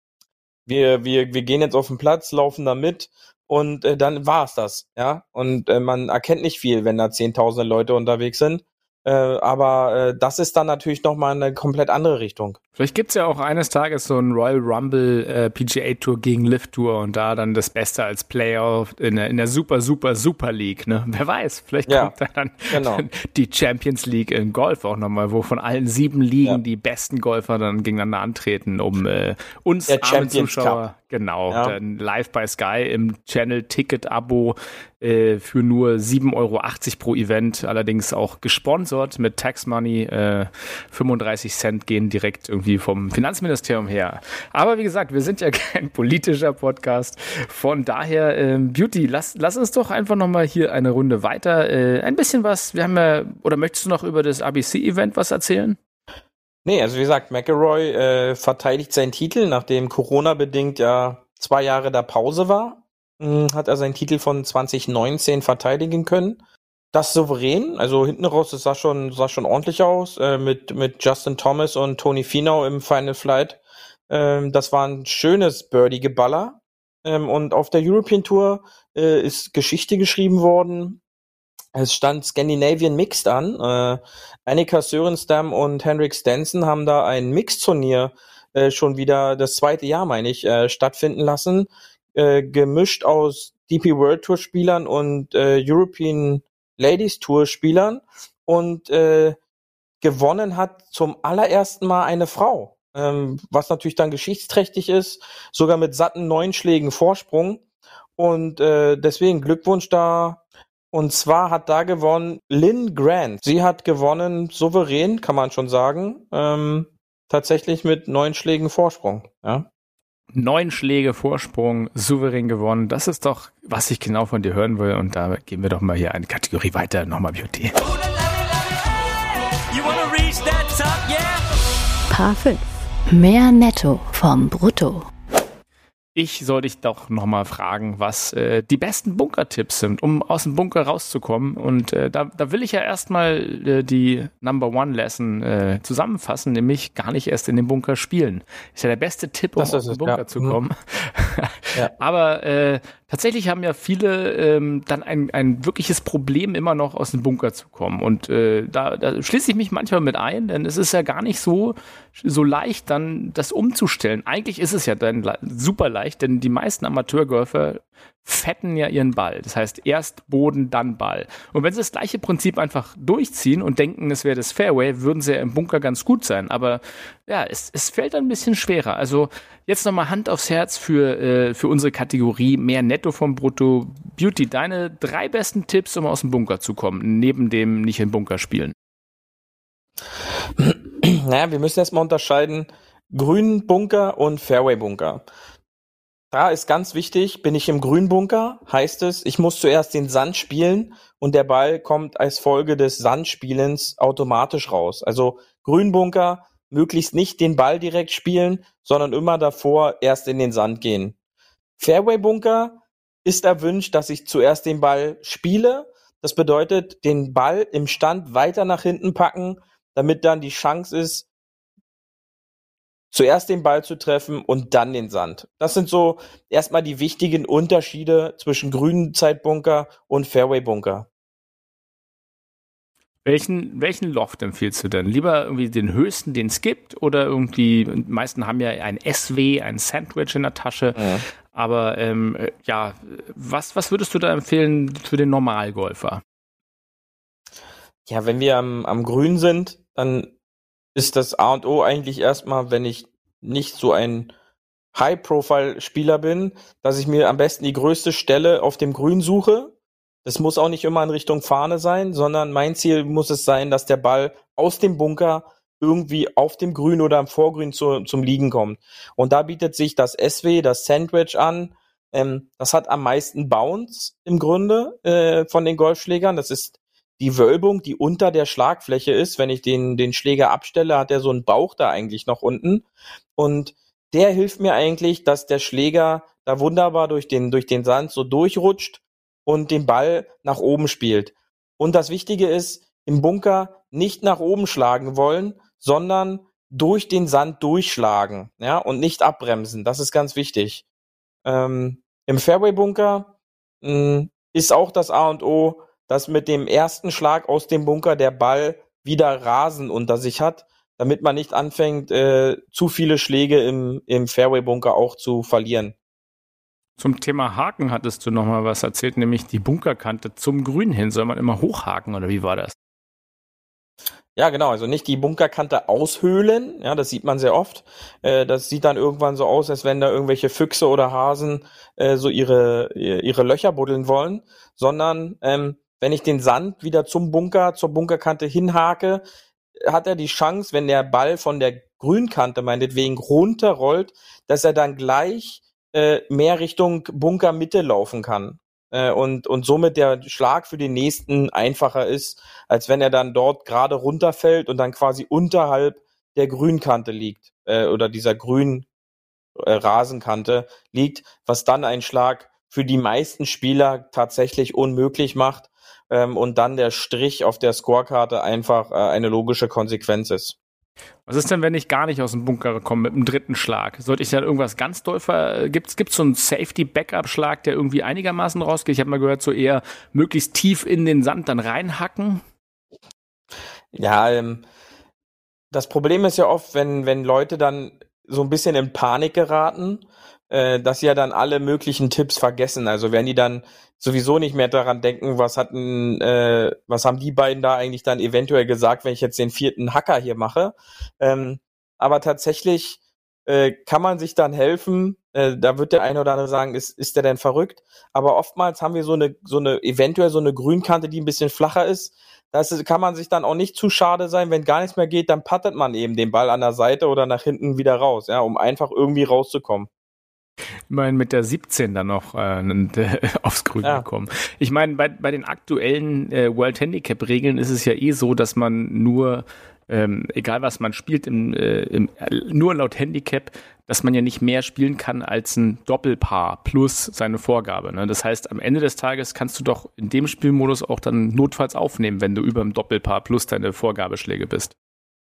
wir wir wir gehen jetzt auf den Platz, laufen da mit und äh, dann war's das, ja. Und äh, man erkennt nicht viel, wenn da zehntausende Leute unterwegs sind. Äh, aber äh, das ist dann natürlich nochmal eine komplett andere Richtung. Vielleicht gibt's ja auch eines Tages so ein Royal Rumble äh, P G A Tour gegen Lift Tour und da dann das Beste als Player in der, in der super, super, super League, ne? Wer weiß, vielleicht Ja, kommt da dann genau. die Champions League in Golf auch nochmal, wo von allen sieben Ligen Ja. die besten Golfer dann gegeneinander antreten, um äh, uns Der armen Champions Zuschauer, Cup. genau, Ja. dann live bei Sky im Channel-Ticket-Abo äh, für nur sieben Euro achtzig pro Event, allerdings auch gesponsert mit Tax Money, äh, fünfunddreißig Cent gehen direkt irgendwie vom Finanzministerium her. Aber wie gesagt, wir sind ja kein politischer Podcast, von daher, äh, Beauty, lass, lass uns doch einfach nochmal hier eine Runde weiter, äh, ein bisschen was, wir haben ja, oder möchtest du noch über das A B C-Event was erzählen? Nee, also wie gesagt, McIlroy äh, verteidigt seinen Titel, nachdem Corona-bedingt ja zwei Jahre da Pause war, mh, hat er seinen Titel von zwanzig neunzehn verteidigen können. Das souverän, also hinten raus, das sah schon, sah schon ordentlich aus, äh, mit, mit Justin Thomas und Tony Finau im Final Flight. Ähm, das war ein schönes Birdie-Geballer. Ähm, und auf der European Tour äh, ist Geschichte geschrieben worden. Es stand Scandinavian Mixed an. Äh, Annika Sörenstam und Henrik Stenson haben da ein Mixturnier äh, schon wieder das zweite Jahr, meine ich, äh, stattfinden lassen. Äh, gemischt aus D P World Tour Spielern und äh, European Ladies Tour Spielern. Und äh, gewonnen hat zum allerersten Mal eine Frau. Ähm, was natürlich dann geschichtsträchtig ist, sogar mit satten neun Schlägen Vorsprung. Und äh, deswegen Glückwunsch da. Und zwar hat da gewonnen Lynn Grant. Sie hat gewonnen, souverän, kann man schon sagen. Ähm, tatsächlich mit neun Schlägen Vorsprung. Ja. Neun Schläge Vorsprung, souverän gewonnen. Das ist doch, was ich genau von dir hören will. Und da gehen wir doch mal hier eine Kategorie weiter. Nochmal Beauty. Paar fünf. Mehr Netto vom Brutto. Ich soll dich doch nochmal fragen, was äh, die besten Bunker-Tipps sind, um aus dem Bunker rauszukommen. Und äh, da, da will ich ja erstmal äh, die Number One Lesson äh, zusammenfassen, nämlich gar nicht erst in den Bunker spielen. Ist ja der beste Tipp, um Das aus ist dem es, Bunker ja. zu kommen. Ja. Aber äh, tatsächlich haben ja viele ähm, dann ein, ein wirkliches Problem, immer noch aus dem Bunker zu kommen. Und äh, da, da schließe ich mich manchmal mit ein, denn es ist ja gar nicht so, so leicht, dann das umzustellen. Eigentlich ist es ja dann le- super leicht, denn die meisten Amateurgolfer fetten ja ihren Ball. Das heißt, erst Boden, dann Ball. Und wenn sie das gleiche Prinzip einfach durchziehen und denken, es wäre das Fairway, würden sie ja im Bunker ganz gut sein. Aber ja, es, es fällt ein bisschen schwerer. Also jetzt nochmal Hand aufs Herz für, äh, für unsere Kategorie mehr Netto vom Brutto. Beauty, deine drei besten Tipps, um aus dem Bunker zu kommen, neben dem nicht im Bunker spielen. Naja, wir müssen erstmal unterscheiden, Grünbunker und Fairway-Bunker. Da ist ganz wichtig, bin ich im Grünbunker, heißt es, ich muss zuerst den Sand spielen und der Ball kommt als Folge des Sandspielens automatisch raus. Also Grünbunker, möglichst nicht den Ball direkt spielen, sondern immer davor erst in den Sand gehen. Fairway-Bunker ist erwünscht, dass ich zuerst den Ball spiele. Das bedeutet, den Ball im Stand weiter nach hinten packen, damit dann die Chance ist, zuerst den Ball zu treffen und dann den Sand. Das sind so erstmal die wichtigen Unterschiede zwischen Grünzeitbunker und Fairway-Bunker. Welchen, welchen Loft empfiehlst du denn? Lieber irgendwie den höchsten, den es gibt, oder irgendwie, die meisten haben ja ein S W, ein Sandwich in der Tasche, ja. aber ähm, ja, was, was würdest du da empfehlen für den Normalgolfer? Ja, wenn wir am, am Grün sind, dann ist das A und O eigentlich erstmal, wenn ich nicht so ein High-Profile-Spieler bin, dass ich mir am besten die größte Stelle auf dem Grün suche. Das muss auch nicht immer in Richtung Fahne sein, sondern mein Ziel muss es sein, dass der Ball aus dem Bunker irgendwie auf dem Grün oder am Vorgrün zu, zum Liegen kommt. Und da bietet sich das S W, das Sandwich an. Ähm, das hat am meisten Bounce im Grunde äh, von den Golfschlägern. Das ist die Wölbung, die unter der Schlagfläche ist. Wenn ich den, den Schläger abstelle, hat er so einen Bauch da eigentlich noch unten. Und der hilft mir eigentlich, dass der Schläger da wunderbar durch den, durch den Sand so durchrutscht und den Ball nach oben spielt. Und das Wichtige ist, im Bunker nicht nach oben schlagen wollen, sondern durch den Sand durchschlagen, ja, und nicht abbremsen. Das ist ganz wichtig. Ähm, im Fairway-Bunker mh, ist auch das A und O, dass mit dem ersten Schlag aus dem Bunker der Ball wieder Rasen unter sich hat, damit man nicht anfängt, äh, zu viele Schläge im, im Fairway-Bunker auch zu verlieren. Zum Thema Haken hattest du noch mal was erzählt, nämlich die Bunkerkante zum Grün hin. Soll man immer hochhaken oder wie war das? Ja, genau, also nicht die Bunkerkante aushöhlen, ja, das sieht man sehr oft. Äh, das sieht dann irgendwann so aus, als wenn da irgendwelche Füchse oder Hasen äh, so ihre ihre Löcher buddeln wollen, sondern ähm, wenn ich den Sand wieder zum Bunker, zur Bunkerkante hinhake, hat er die Chance, wenn der Ball von der Grünkante meinetwegen runterrollt, dass er dann gleich äh, mehr Richtung Bunkermitte laufen kann. Äh, und, und somit der Schlag für den nächsten einfacher ist, als wenn er dann dort gerade runterfällt und dann quasi unterhalb der Grünkante liegt, äh, oder dieser grünen äh, Rasenkante liegt, was dann einen Schlag für die meisten Spieler tatsächlich unmöglich macht, ähm, und dann der Strich auf der Scorekarte einfach äh, eine logische Konsequenz ist. Was ist denn, wenn ich gar nicht aus dem Bunker komme mit dem dritten Schlag? Sollte ich dann irgendwas ganz doll ver... Gibt's, gibt's so einen Safety-Backup-Schlag, der irgendwie einigermaßen rausgeht? Ich habe mal gehört, so eher möglichst tief in den Sand dann reinhacken. Ja, ähm, das Problem ist ja oft, wenn, wenn Leute dann so ein bisschen in Panik geraten, äh, dass sie ja dann alle möglichen Tipps vergessen. Also wenn die dann sowieso nicht mehr daran denken, was hatten, äh, was haben die beiden da eigentlich dann eventuell gesagt, wenn ich jetzt den vierten Hacker hier mache. Ähm, aber tatsächlich äh, kann man sich dann helfen. Äh, da wird der eine oder andere sagen, ist, ist der denn verrückt? Aber oftmals haben wir so eine, so eine, eventuell so eine Grünkante, die ein bisschen flacher ist. Das ist, kann man sich dann auch nicht zu schade sein, wenn gar nichts mehr geht, dann puttet man eben den Ball an der Seite oder nach hinten wieder raus, ja, um einfach irgendwie rauszukommen. Ich meine, mit der siebzehn dann noch äh, aufs Grün ja. gekommen. Ich meine, bei, bei den aktuellen äh, World Handicap-Regeln ist es ja eh so, dass man nur, ähm, egal was man spielt, im, äh, im, äh, nur laut Handicap, dass man ja nicht mehr spielen kann als ein Doppelpaar plus seine Vorgabe. Ne? Das heißt, am Ende des Tages kannst du doch in dem Spielmodus auch dann notfalls aufnehmen, wenn du über dem Doppelpaar plus deine Vorgabeschläge bist.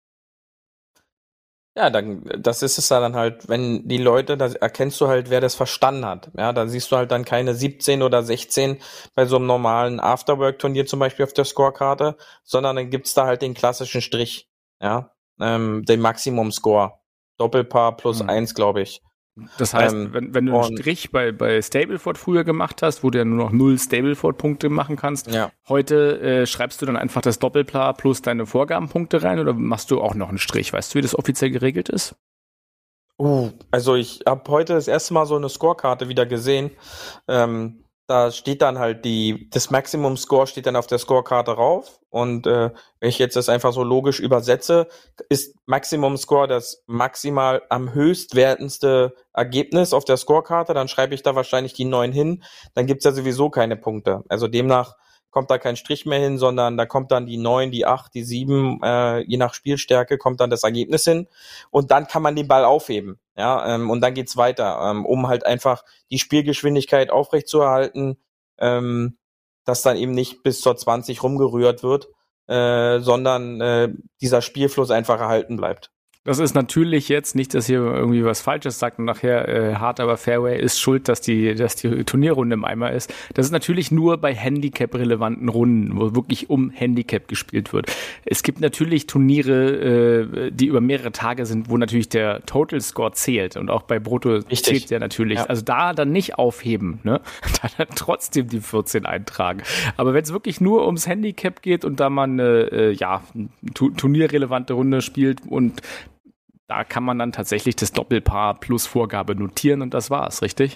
Ja, dann, das ist es dann halt, wenn die Leute, da erkennst du halt, wer das verstanden hat. Ja, da siehst du halt dann keine siebzehn oder sechzehn bei so einem normalen Afterwork-Turnier zum Beispiel auf der Scorekarte, sondern dann gibt's da halt den klassischen Strich, ja, ähm, den Maximum-Score. Doppelpaar plus hm. eins, glaube ich. Das heißt, ähm, wenn, wenn du einen Strich bei, bei Stableford früher gemacht hast, wo du ja nur noch null Stableford-Punkte machen kannst, ja. heute äh, schreibst du dann einfach das Doppelpaar plus deine Vorgabenpunkte rein oder machst du auch noch einen Strich? Weißt du, wie das offiziell geregelt ist? Uh, also ich habe heute das erste Mal so eine Scorekarte wieder gesehen. Ähm, da steht dann halt die, das Maximum Score steht dann auf der Scorekarte rauf. Und äh, wenn ich jetzt das einfach so logisch übersetze, ist Maximum Score das maximal am höchstwertendste Ergebnis auf der Scorekarte. Dann schreibe ich da wahrscheinlich die neun hin. Dann gibt's ja sowieso keine Punkte. Also demnach kommt da kein Strich mehr hin, sondern da kommt dann die neun, die acht, die sieben, äh, je nach Spielstärke kommt dann das Ergebnis hin. Und dann kann man den Ball aufheben. Ja, ähm, und dann geht's weiter, ähm, um halt einfach die Spielgeschwindigkeit aufrechtzuerhalten, ähm, dass dann eben nicht bis zur zwanzig rumgerührt wird, äh, sondern äh, dieser Spielfluss einfach erhalten bleibt. Das ist natürlich jetzt nicht, dass hier irgendwie was Falsches sagt und nachher äh, hart, aber Fairway ist schuld, dass die, dass die Turnierrunde im Eimer ist. Das ist natürlich nur bei Handicap-relevanten Runden, wo wirklich um Handicap gespielt wird. Es gibt natürlich Turniere, äh, die über mehrere Tage sind, wo natürlich der Total Score zählt und auch bei Brutto Richtig. Zählt der natürlich. Ja. Also da dann nicht aufheben, ne? Dann trotzdem die vierzehn eintragen. Aber wenn es wirklich nur ums Handicap geht und da man äh, ja tu- turnierrelevante Runde spielt und da kann man dann tatsächlich das Doppelpaar plus Vorgabe notieren und das war's, richtig?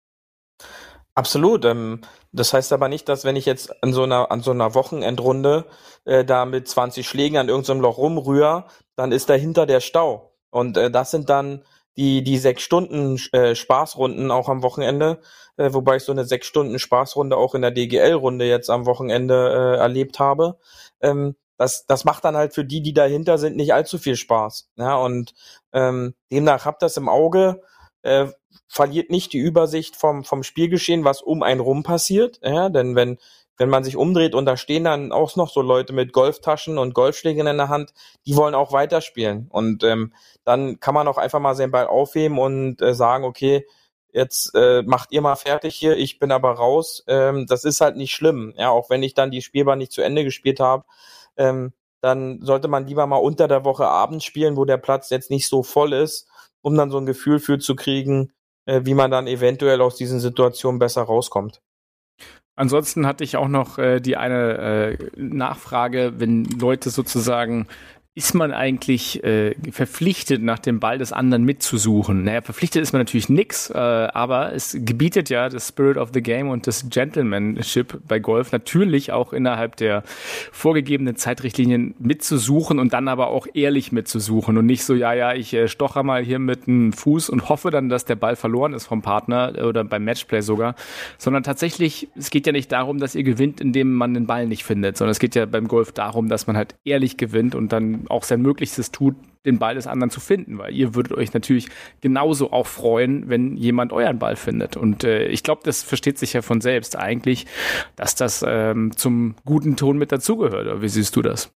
Absolut. Ähm, das heißt aber nicht, dass wenn ich jetzt an so einer, an so einer Wochenendrunde äh, da mit zwanzig Schlägen an irgendeinem Loch rumrühre, dann ist dahinter der Stau. Und äh, das sind dann die die sechs Stunden äh, Spaßrunden auch am Wochenende, äh, wobei ich so eine sechs Stunden Spaßrunde auch in der D G L-Runde jetzt am Wochenende äh, erlebt habe. Ähm, Das, das macht dann halt für die, die dahinter sind, nicht allzu viel Spaß. Ja, und ähm, demnach habt das im Auge, äh, verliert nicht die Übersicht vom vom Spielgeschehen, was um einen rum passiert. Ja, denn wenn wenn man sich umdreht und da stehen dann auch noch so Leute mit Golftaschen und Golfschlägen in der Hand, die wollen auch weiterspielen. Und ähm, dann kann man auch einfach mal seinen Ball aufheben und äh, sagen, okay, jetzt äh, macht ihr mal fertig hier, ich bin aber raus. Ähm, das ist halt nicht schlimm. Ja, auch wenn ich dann die Spielbahn nicht zu Ende gespielt habe. Ähm, dann sollte man lieber mal unter der Woche abends spielen, wo der Platz jetzt nicht so voll ist, um dann so ein Gefühl für zu kriegen, äh, wie man dann eventuell aus diesen Situationen besser rauskommt. Ansonsten hatte ich auch noch äh, die eine äh, Nachfrage, wenn Leute sozusagen, ist man eigentlich äh, verpflichtet, nach dem Ball des anderen mitzusuchen? Naja, verpflichtet ist man natürlich nix, äh, aber es gebietet ja das Spirit of the Game und das Gentlemanship bei Golf natürlich auch innerhalb der vorgegebenen Zeitrichtlinien mitzusuchen und dann aber auch ehrlich mitzusuchen und nicht so, ja, ja, ich äh, stocher mal hier mit dem Fuß und hoffe dann, dass der Ball verloren ist vom Partner oder beim Matchplay sogar, sondern tatsächlich, es geht ja nicht darum, dass ihr gewinnt, indem man den Ball nicht findet, sondern es geht ja beim Golf darum, dass man halt ehrlich gewinnt und dann auch sein Möglichstes tut, den Ball des anderen zu finden, weil ihr würdet euch natürlich genauso auch freuen, wenn jemand euren Ball findet. Und äh, ich glaube, das versteht sich ja von selbst eigentlich, dass das ähm, zum guten Ton mit dazugehört. Oder wie siehst du das?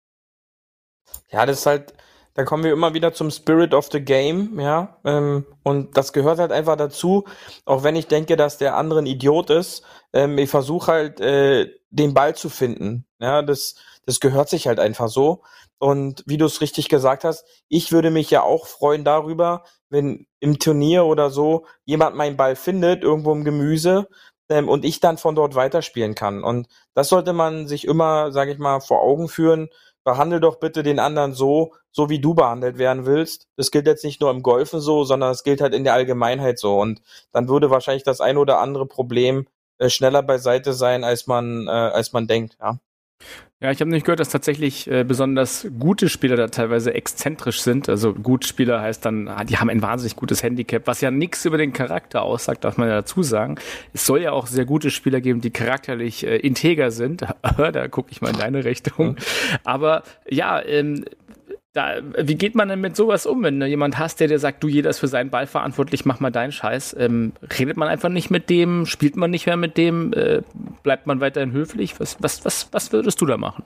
Ja, das ist halt, da kommen wir immer wieder zum Spirit of the Game, ja, ähm, und das gehört halt einfach dazu, auch wenn ich denke, dass der andere ein Idiot ist, ähm, ich versuche halt, äh, den Ball zu finden, ja, das, das gehört sich halt einfach so. Und wie du es richtig gesagt hast, ich würde mich ja auch freuen darüber, wenn im Turnier oder so jemand meinen Ball findet, irgendwo im Gemüse, ähm, und ich dann von dort weiterspielen kann. Und das sollte man sich immer, sage ich mal, vor Augen führen. Behandle doch bitte den anderen so, so wie du behandelt werden willst. Das gilt jetzt nicht nur im Golfen so, sondern es gilt halt in der Allgemeinheit so. Und dann würde wahrscheinlich das ein oder andere Problem äh, schneller beiseite sein, als man, äh, als man denkt, ja. Ja, ich habe nicht gehört, dass tatsächlich äh, besonders gute Spieler da teilweise exzentrisch sind. Also gut Spieler heißt dann, ah, die haben ein wahnsinnig gutes Handicap, was ja nichts über den Charakter aussagt, darf man ja dazu sagen. Es soll ja auch sehr gute Spieler geben, die charakterlich äh, integer sind. Da gucke ich mal in deine Richtung. Aber ja, ähm, Da, wie geht man denn mit sowas um, wenn du jemand hast, der dir sagt, du, jeder ist für seinen Ball verantwortlich, mach mal deinen Scheiß. Ähm, redet man einfach nicht mit dem, spielt man nicht mehr mit dem, äh, bleibt man weiterhin höflich? Was, was, was, was würdest du da machen?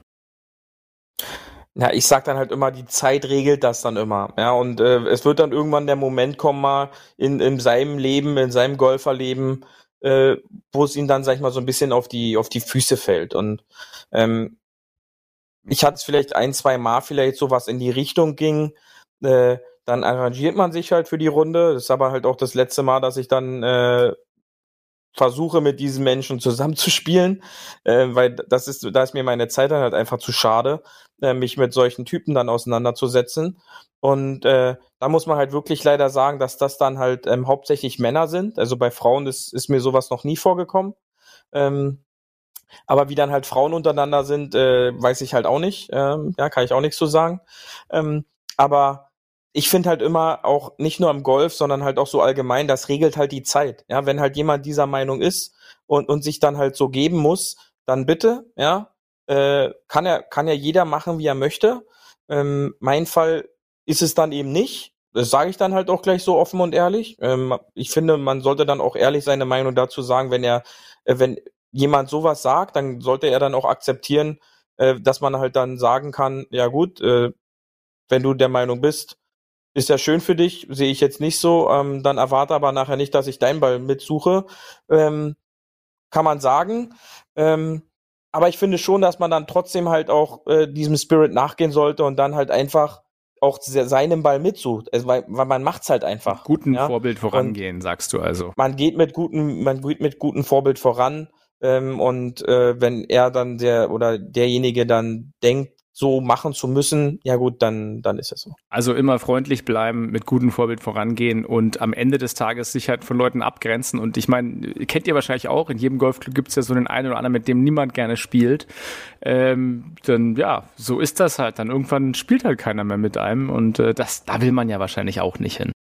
Ja, ich sag dann halt immer, die Zeit regelt das dann immer. Ja, und äh, es wird dann irgendwann der Moment kommen, mal in, in seinem Leben, in seinem Golferleben, äh, wo es ihm dann, sag ich mal, so ein bisschen auf die, auf die Füße fällt. Und ähm, ich hatte es vielleicht ein, zwei Mal vielleicht sowas in die Richtung ging, äh, dann arrangiert man sich halt für die Runde. Das ist aber halt auch das letzte Mal, dass ich dann äh, versuche, mit diesen Menschen zusammenzuspielen, äh, weil das ist, da ist mir meine Zeit dann halt einfach zu schade, äh, mich mit solchen Typen dann auseinanderzusetzen. Und äh, da muss man halt wirklich leider sagen, dass das dann halt ähm, hauptsächlich Männer sind. Also bei Frauen ist, ist mir sowas noch nie vorgekommen. Ähm, aber wie dann halt Frauen untereinander sind, äh, weiß ich halt auch nicht. Ähm, ja, kann ich auch nichts zu sagen. Ähm, aber ich finde halt immer auch nicht nur im Golf, sondern halt auch so allgemein, das regelt halt die Zeit. Ja, wenn halt jemand dieser Meinung ist und, und sich dann halt so geben muss, dann bitte, ja, äh, kann er, kann ja jeder machen, wie er möchte. Ähm, mein Fall ist es dann eben nicht. Das sage ich dann halt auch gleich so offen und ehrlich. Ähm, ich finde, man sollte dann auch ehrlich seine Meinung dazu sagen, wenn er, äh, wenn jemand sowas sagt, dann sollte er dann auch akzeptieren, äh, dass man halt dann sagen kann, ja gut, äh, wenn du der Meinung bist, ist ja schön für dich, sehe ich jetzt nicht so, ähm, dann erwarte aber nachher nicht, dass ich deinen Ball mitsuche. Ähm, kann man sagen. Ähm, aber ich finde schon, dass man dann trotzdem halt auch äh, diesem Spirit nachgehen sollte und dann halt einfach auch se- seinem Ball mitsucht. Also, weil, weil man macht's halt einfach. Guten ja? Vorbild vorangehen, und sagst du also. Man geht mit gutem, man geht mit gutem Vorbild voran. Ähm, und äh, wenn er dann der oder derjenige dann denkt, so machen zu müssen, ja gut, dann dann ist es so. Also immer freundlich bleiben, mit gutem Vorbild vorangehen und am Ende des Tages sich halt von Leuten abgrenzen. Und ich meine, kennt ihr wahrscheinlich auch, in jedem Golfclub gibt es ja so den einen oder anderen, mit dem niemand gerne spielt. Ähm, dann ja, so ist das halt. Dann irgendwann spielt halt keiner mehr mit einem und äh, das, da will man ja wahrscheinlich auch nicht hin.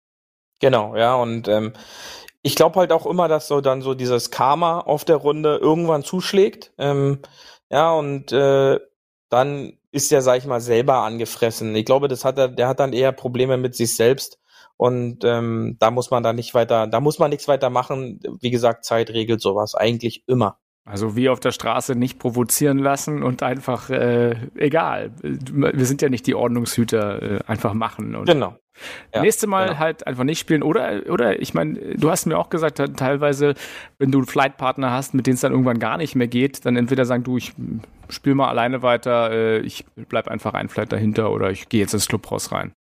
Genau, ja, und ähm, ich glaube halt auch immer, dass so dann so dieses Karma auf der Runde irgendwann zuschlägt. Ähm, ja, und äh, dann ist er, sag ich mal, selber angefressen. Ich glaube, das hat er, der hat dann eher Probleme mit sich selbst. Und ähm, da muss man dann nicht weiter, da muss man nichts weiter machen. Wie gesagt, Zeit regelt sowas eigentlich immer. Also wie auf der Straße nicht provozieren lassen und einfach, äh, egal, wir sind ja nicht die Ordnungshüter, äh, einfach machen. Und genau. Ja, nächste Mal genau. halt einfach nicht spielen. Oder, oder ich meine, du hast mir auch gesagt, teilweise, wenn du einen Flightpartner hast, mit denen es dann irgendwann gar nicht mehr geht, dann entweder sagen, du, ich spiele mal alleine weiter, äh, ich bleib einfach ein Flight dahinter oder ich gehe jetzt ins Clubhaus rein.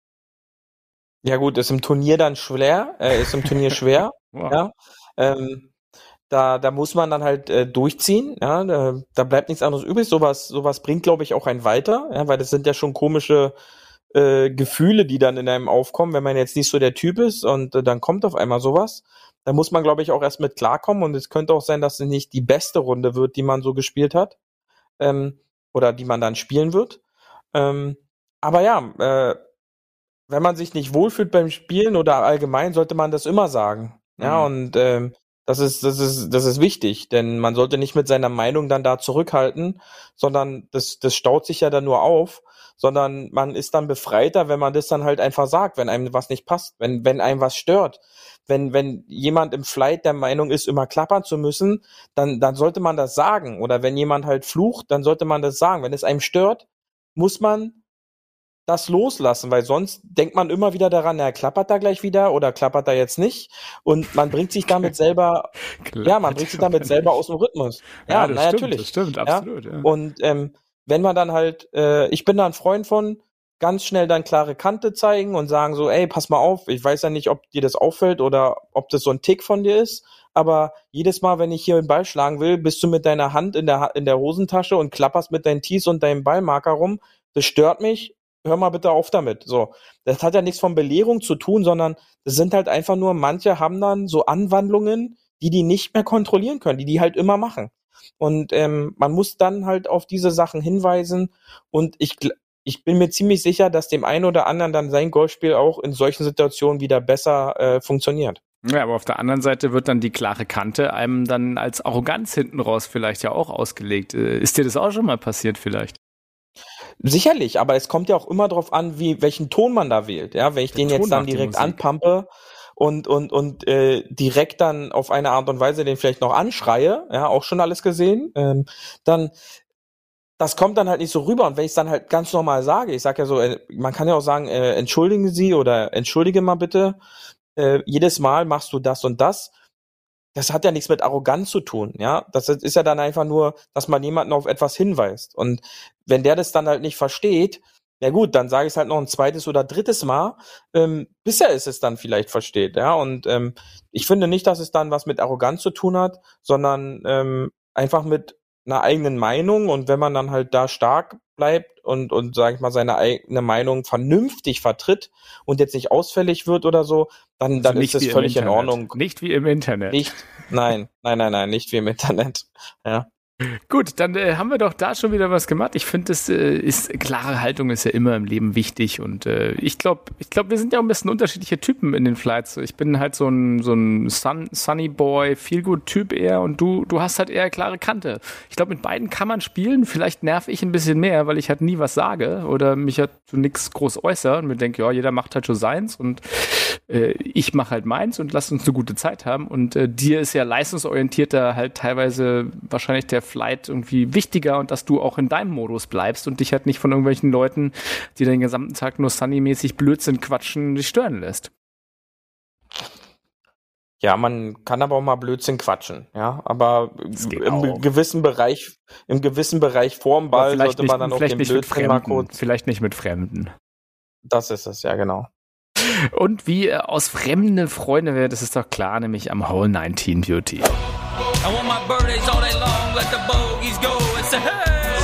Ja gut, ist im Turnier dann schwer, äh, ist im Turnier schwer, Wow. ja. Ähm, Da, da muss man dann halt äh, durchziehen, ja, da, da bleibt nichts anderes übrig. Sowas, sowas bringt, glaube ich, auch einen weiter, ja, weil das sind ja schon komische äh, Gefühle, die dann in einem aufkommen, wenn man jetzt nicht so der Typ ist und äh, dann kommt auf einmal sowas. Da muss man, glaube ich, auch erst mit klarkommen und es könnte auch sein, dass es nicht die beste Runde wird, die man so gespielt hat, ähm, oder die man dann spielen wird. Ähm, aber ja, äh, wenn man sich nicht wohlfühlt beim Spielen oder allgemein, sollte man das immer sagen. Ja, Mhm. und ähm, das ist, das ist, das ist wichtig, denn man sollte nicht mit seiner Meinung dann da zurückhalten, sondern das, das staut sich ja dann nur auf, sondern man ist dann befreiter, wenn man das dann halt einfach sagt, wenn einem was nicht passt, wenn, wenn einem was stört. Wenn, wenn jemand im Flight der Meinung ist, immer klappern zu müssen, dann, dann sollte man das sagen. Oder wenn jemand halt flucht, dann sollte man das sagen. Wenn es einem stört, muss man das loslassen, weil sonst denkt man immer wieder daran, er klappert da gleich wieder oder klappert da jetzt nicht und man bringt sich damit selber, ja, man bringt sich damit selber aus dem Rhythmus. Ja, Ja, das na, stimmt, natürlich. das stimmt, Ja? absolut. Ja. Und ähm, wenn man dann halt, äh, ich bin da ein Freund von, ganz schnell dann klare Kante zeigen und sagen so, ey, pass mal auf, ich weiß ja nicht, ob dir das auffällt oder ob das so ein Tick von dir ist, aber jedes Mal, wenn ich hier den Ball schlagen will, bist du mit deiner Hand in der, in der Hosentasche und klapperst mit deinen Tees und deinem Ballmarker rum. Das stört mich. Hör mal bitte auf damit. So, das hat ja nichts von Belehrung zu tun, sondern das sind halt einfach nur, manche haben dann so Anwandlungen, die die nicht mehr kontrollieren können, die die halt immer machen. Und ähm, man muss dann halt auf diese Sachen hinweisen und ich ich bin mir ziemlich sicher, dass dem einen oder anderen dann sein Golfspiel auch in solchen Situationen wieder besser äh, funktioniert. Ja, aber auf der anderen Seite wird dann die klare Kante einem dann als Arroganz hinten raus vielleicht ja auch ausgelegt. Ist dir das auch schon mal passiert vielleicht? Sicherlich, aber es kommt ja auch immer darauf an, wie welchen Ton man da wählt. Ja, wenn ich Der den Ton jetzt dann macht die direkt Musik. anpumpe und und und äh, direkt dann auf eine Art und Weise den vielleicht noch anschreie, ja, auch schon alles gesehen, ähm, dann das kommt dann halt nicht so rüber. Und wenn ich es dann halt ganz normal sage, ich sage ja so, äh, man kann ja auch sagen, äh, entschuldigen Sie oder entschuldige mal bitte, äh, jedes Mal machst du das und das. Das hat ja nichts mit Arroganz zu tun, ja. Das ist ja dann einfach nur, dass man jemanden auf etwas hinweist. Und wenn der das dann halt nicht versteht, ja gut, dann sage ich es halt noch ein zweites oder drittes Mal, ähm, bis er es dann vielleicht versteht, ja. Und ähm, ich finde nicht, dass es dann was mit Arroganz zu tun hat, sondern ähm, einfach mit einer eigenen Meinung. Und wenn man dann halt da stark bleibt und, und sag ich mal, seine eigene Meinung vernünftig vertritt und jetzt nicht ausfällig wird oder so, dann, Also dann nicht ist wie es im völlig in Internet. Ordnung. Nicht wie im Internet. Nicht, nein, nein, nein, nein, nicht wie im Internet. Ja. Gut, dann äh, haben wir doch da schon wieder was gemacht. Ich finde, das äh, ist klare Haltung ist ja immer im Leben wichtig und äh, ich glaube, ich glaube, wir sind ja auch ein bisschen unterschiedliche Typen in den Flights. Ich bin halt so ein so ein Sun, Sunny Boy, Feelgood Typ eher und du du hast halt eher klare Kante. Ich glaube, mit beiden kann man spielen. Vielleicht nerv ich ein bisschen mehr, weil ich halt nie was sage oder mich halt zu nichts groß äußere und mir denke, ja, jeder macht halt schon seins und äh, ich mache halt meins und lass uns eine gute Zeit haben und äh, dir ist ja leistungsorientierter halt teilweise wahrscheinlich der Flight irgendwie wichtiger und dass du auch in deinem Modus bleibst und dich halt nicht von irgendwelchen Leuten, die den gesamten Tag nur Sunny-mäßig Blödsinn quatschen, dich stören lässt. Ja, man kann aber auch mal Blödsinn quatschen, ja, aber im auch. gewissen Bereich, im gewissen Bereich vorm Aber Ball vielleicht sollte nicht, man dann auch vielleicht den nicht mit Blödsinn mal Fremden. kurz. Vielleicht nicht mit Fremden. Das ist es, ja, genau. Und wie äh, aus fremde Freunde wird, das ist doch klar, nämlich am Hole neunzehn Beauty. I want my birthdays all day long, let the bogeys go and say hey!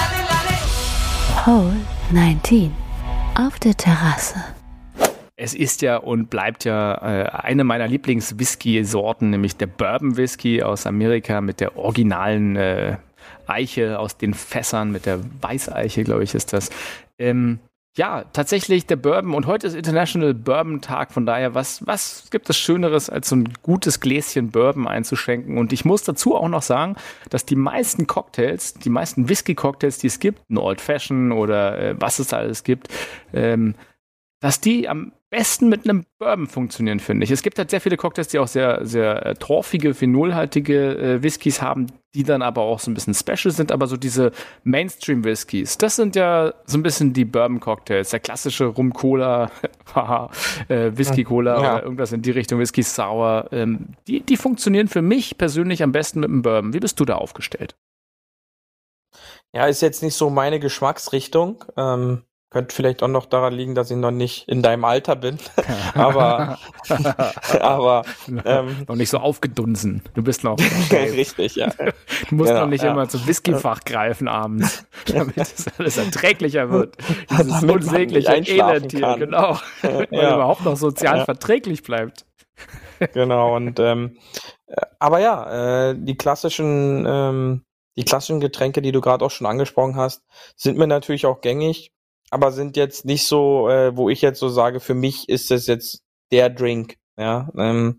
Hole neunzehn. Auf der Terrasse. Es ist ja und bleibt ja äh, eine meiner Lieblings-Whisky-Sorten, nämlich der Bourbon-Whisky aus Amerika mit der originalen äh, Eiche aus den Fässern, mit der Weißeiche, glaube ich, ist das. Ähm, ja, tatsächlich der Bourbon und heute ist International Bourbon Tag, von daher, was, was gibt es Schöneres, als so ein gutes Gläschen Bourbon einzuschenken? Und ich muss dazu auch noch sagen, dass die meisten Cocktails, die meisten Whisky-Cocktails, die es gibt, ein Old Fashion oder äh, was es da alles gibt, ähm, dass die am besten mit einem Bourbon funktionieren, finde ich. Es gibt halt sehr viele Cocktails, die auch sehr, sehr äh, torfige, phenolhaltige äh, Whiskys haben, die dann aber auch so ein bisschen special sind, aber so diese Mainstream-Whiskys, das sind ja so ein bisschen die Bourbon-Cocktails, der klassische Rum-Cola, haha, äh, Whisky-Cola Ja. oder irgendwas in die Richtung, Whisky Sour, ähm, die, die funktionieren für mich persönlich am besten mit einem Bourbon. Wie bist du da aufgestellt? Ja, ist jetzt nicht so meine Geschmacksrichtung. Ähm, könnte vielleicht auch noch daran liegen, dass ich noch nicht in deinem Alter bin. aber, aber, ähm, noch nicht so aufgedunsen. Du bist noch richtig, ja. Du musst Ja, noch nicht ja. immer zum Whiskyfach greifen abends, damit es alles erträglicher wird. Dieses Damit man unsägliche nicht einschlafen Elend hier, kann. genau. Weil Ja. überhaupt noch sozial Ja. verträglich bleibt. Genau, und ähm, äh, aber ja, äh, die klassischen, ähm, die klassischen Getränke, die du gerade auch schon angesprochen hast, sind mir natürlich auch gängig, aber sind jetzt nicht so, äh, wo ich jetzt so sage, für mich ist das jetzt der Drink. Ja, ähm,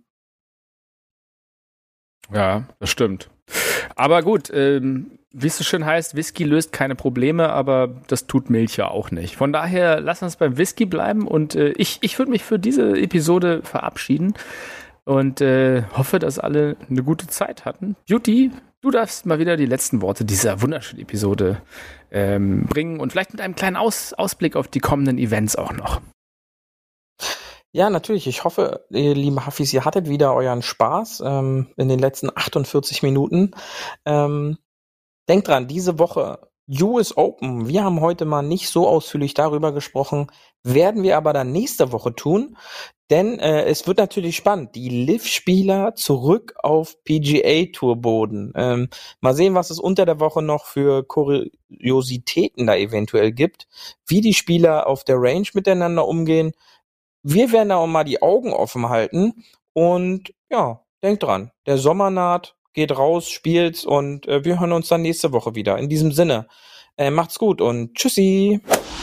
Ja, das stimmt. Aber gut, ähm, wie es so schön heißt, Whisky löst keine Probleme, aber das tut Milch ja auch nicht. Von daher, lass uns beim Whisky bleiben und äh, ich, ich würde mich für diese Episode verabschieden und äh, hoffe, dass alle eine gute Zeit hatten. Beauty, du darfst mal wieder die letzten Worte dieser wunderschönen Episode ähm, bringen und vielleicht mit einem kleinen Aus, Ausblick auf die kommenden Events auch noch. ja, natürlich. Ich hoffe, ihr lieben Hafis, ihr hattet wieder euren Spaß ähm, in den letzten achtundvierzig Minuten. Ähm, denkt dran, diese Woche U S Open. Wir haben heute mal nicht so ausführlich darüber gesprochen, werden wir aber dann nächste Woche tun, denn äh, es wird natürlich spannend. Die L I V-Spieler zurück auf P G A-Tourboden. Ähm, mal sehen, was es unter der Woche noch für Kuriositäten da eventuell gibt, wie die Spieler auf der Range miteinander umgehen. Wir werden da auch mal die Augen offen halten und ja, denkt dran, der Sommer naht, geht raus, spielt's und äh, wir hören uns dann nächste Woche wieder. In diesem Sinne, äh, macht's gut und tschüssi!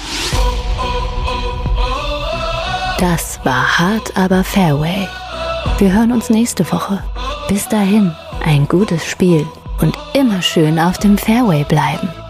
Das war Hart aber Fairway. Wir hören uns nächste Woche. Bis dahin, ein gutes Spiel und immer schön auf dem Fairway bleiben.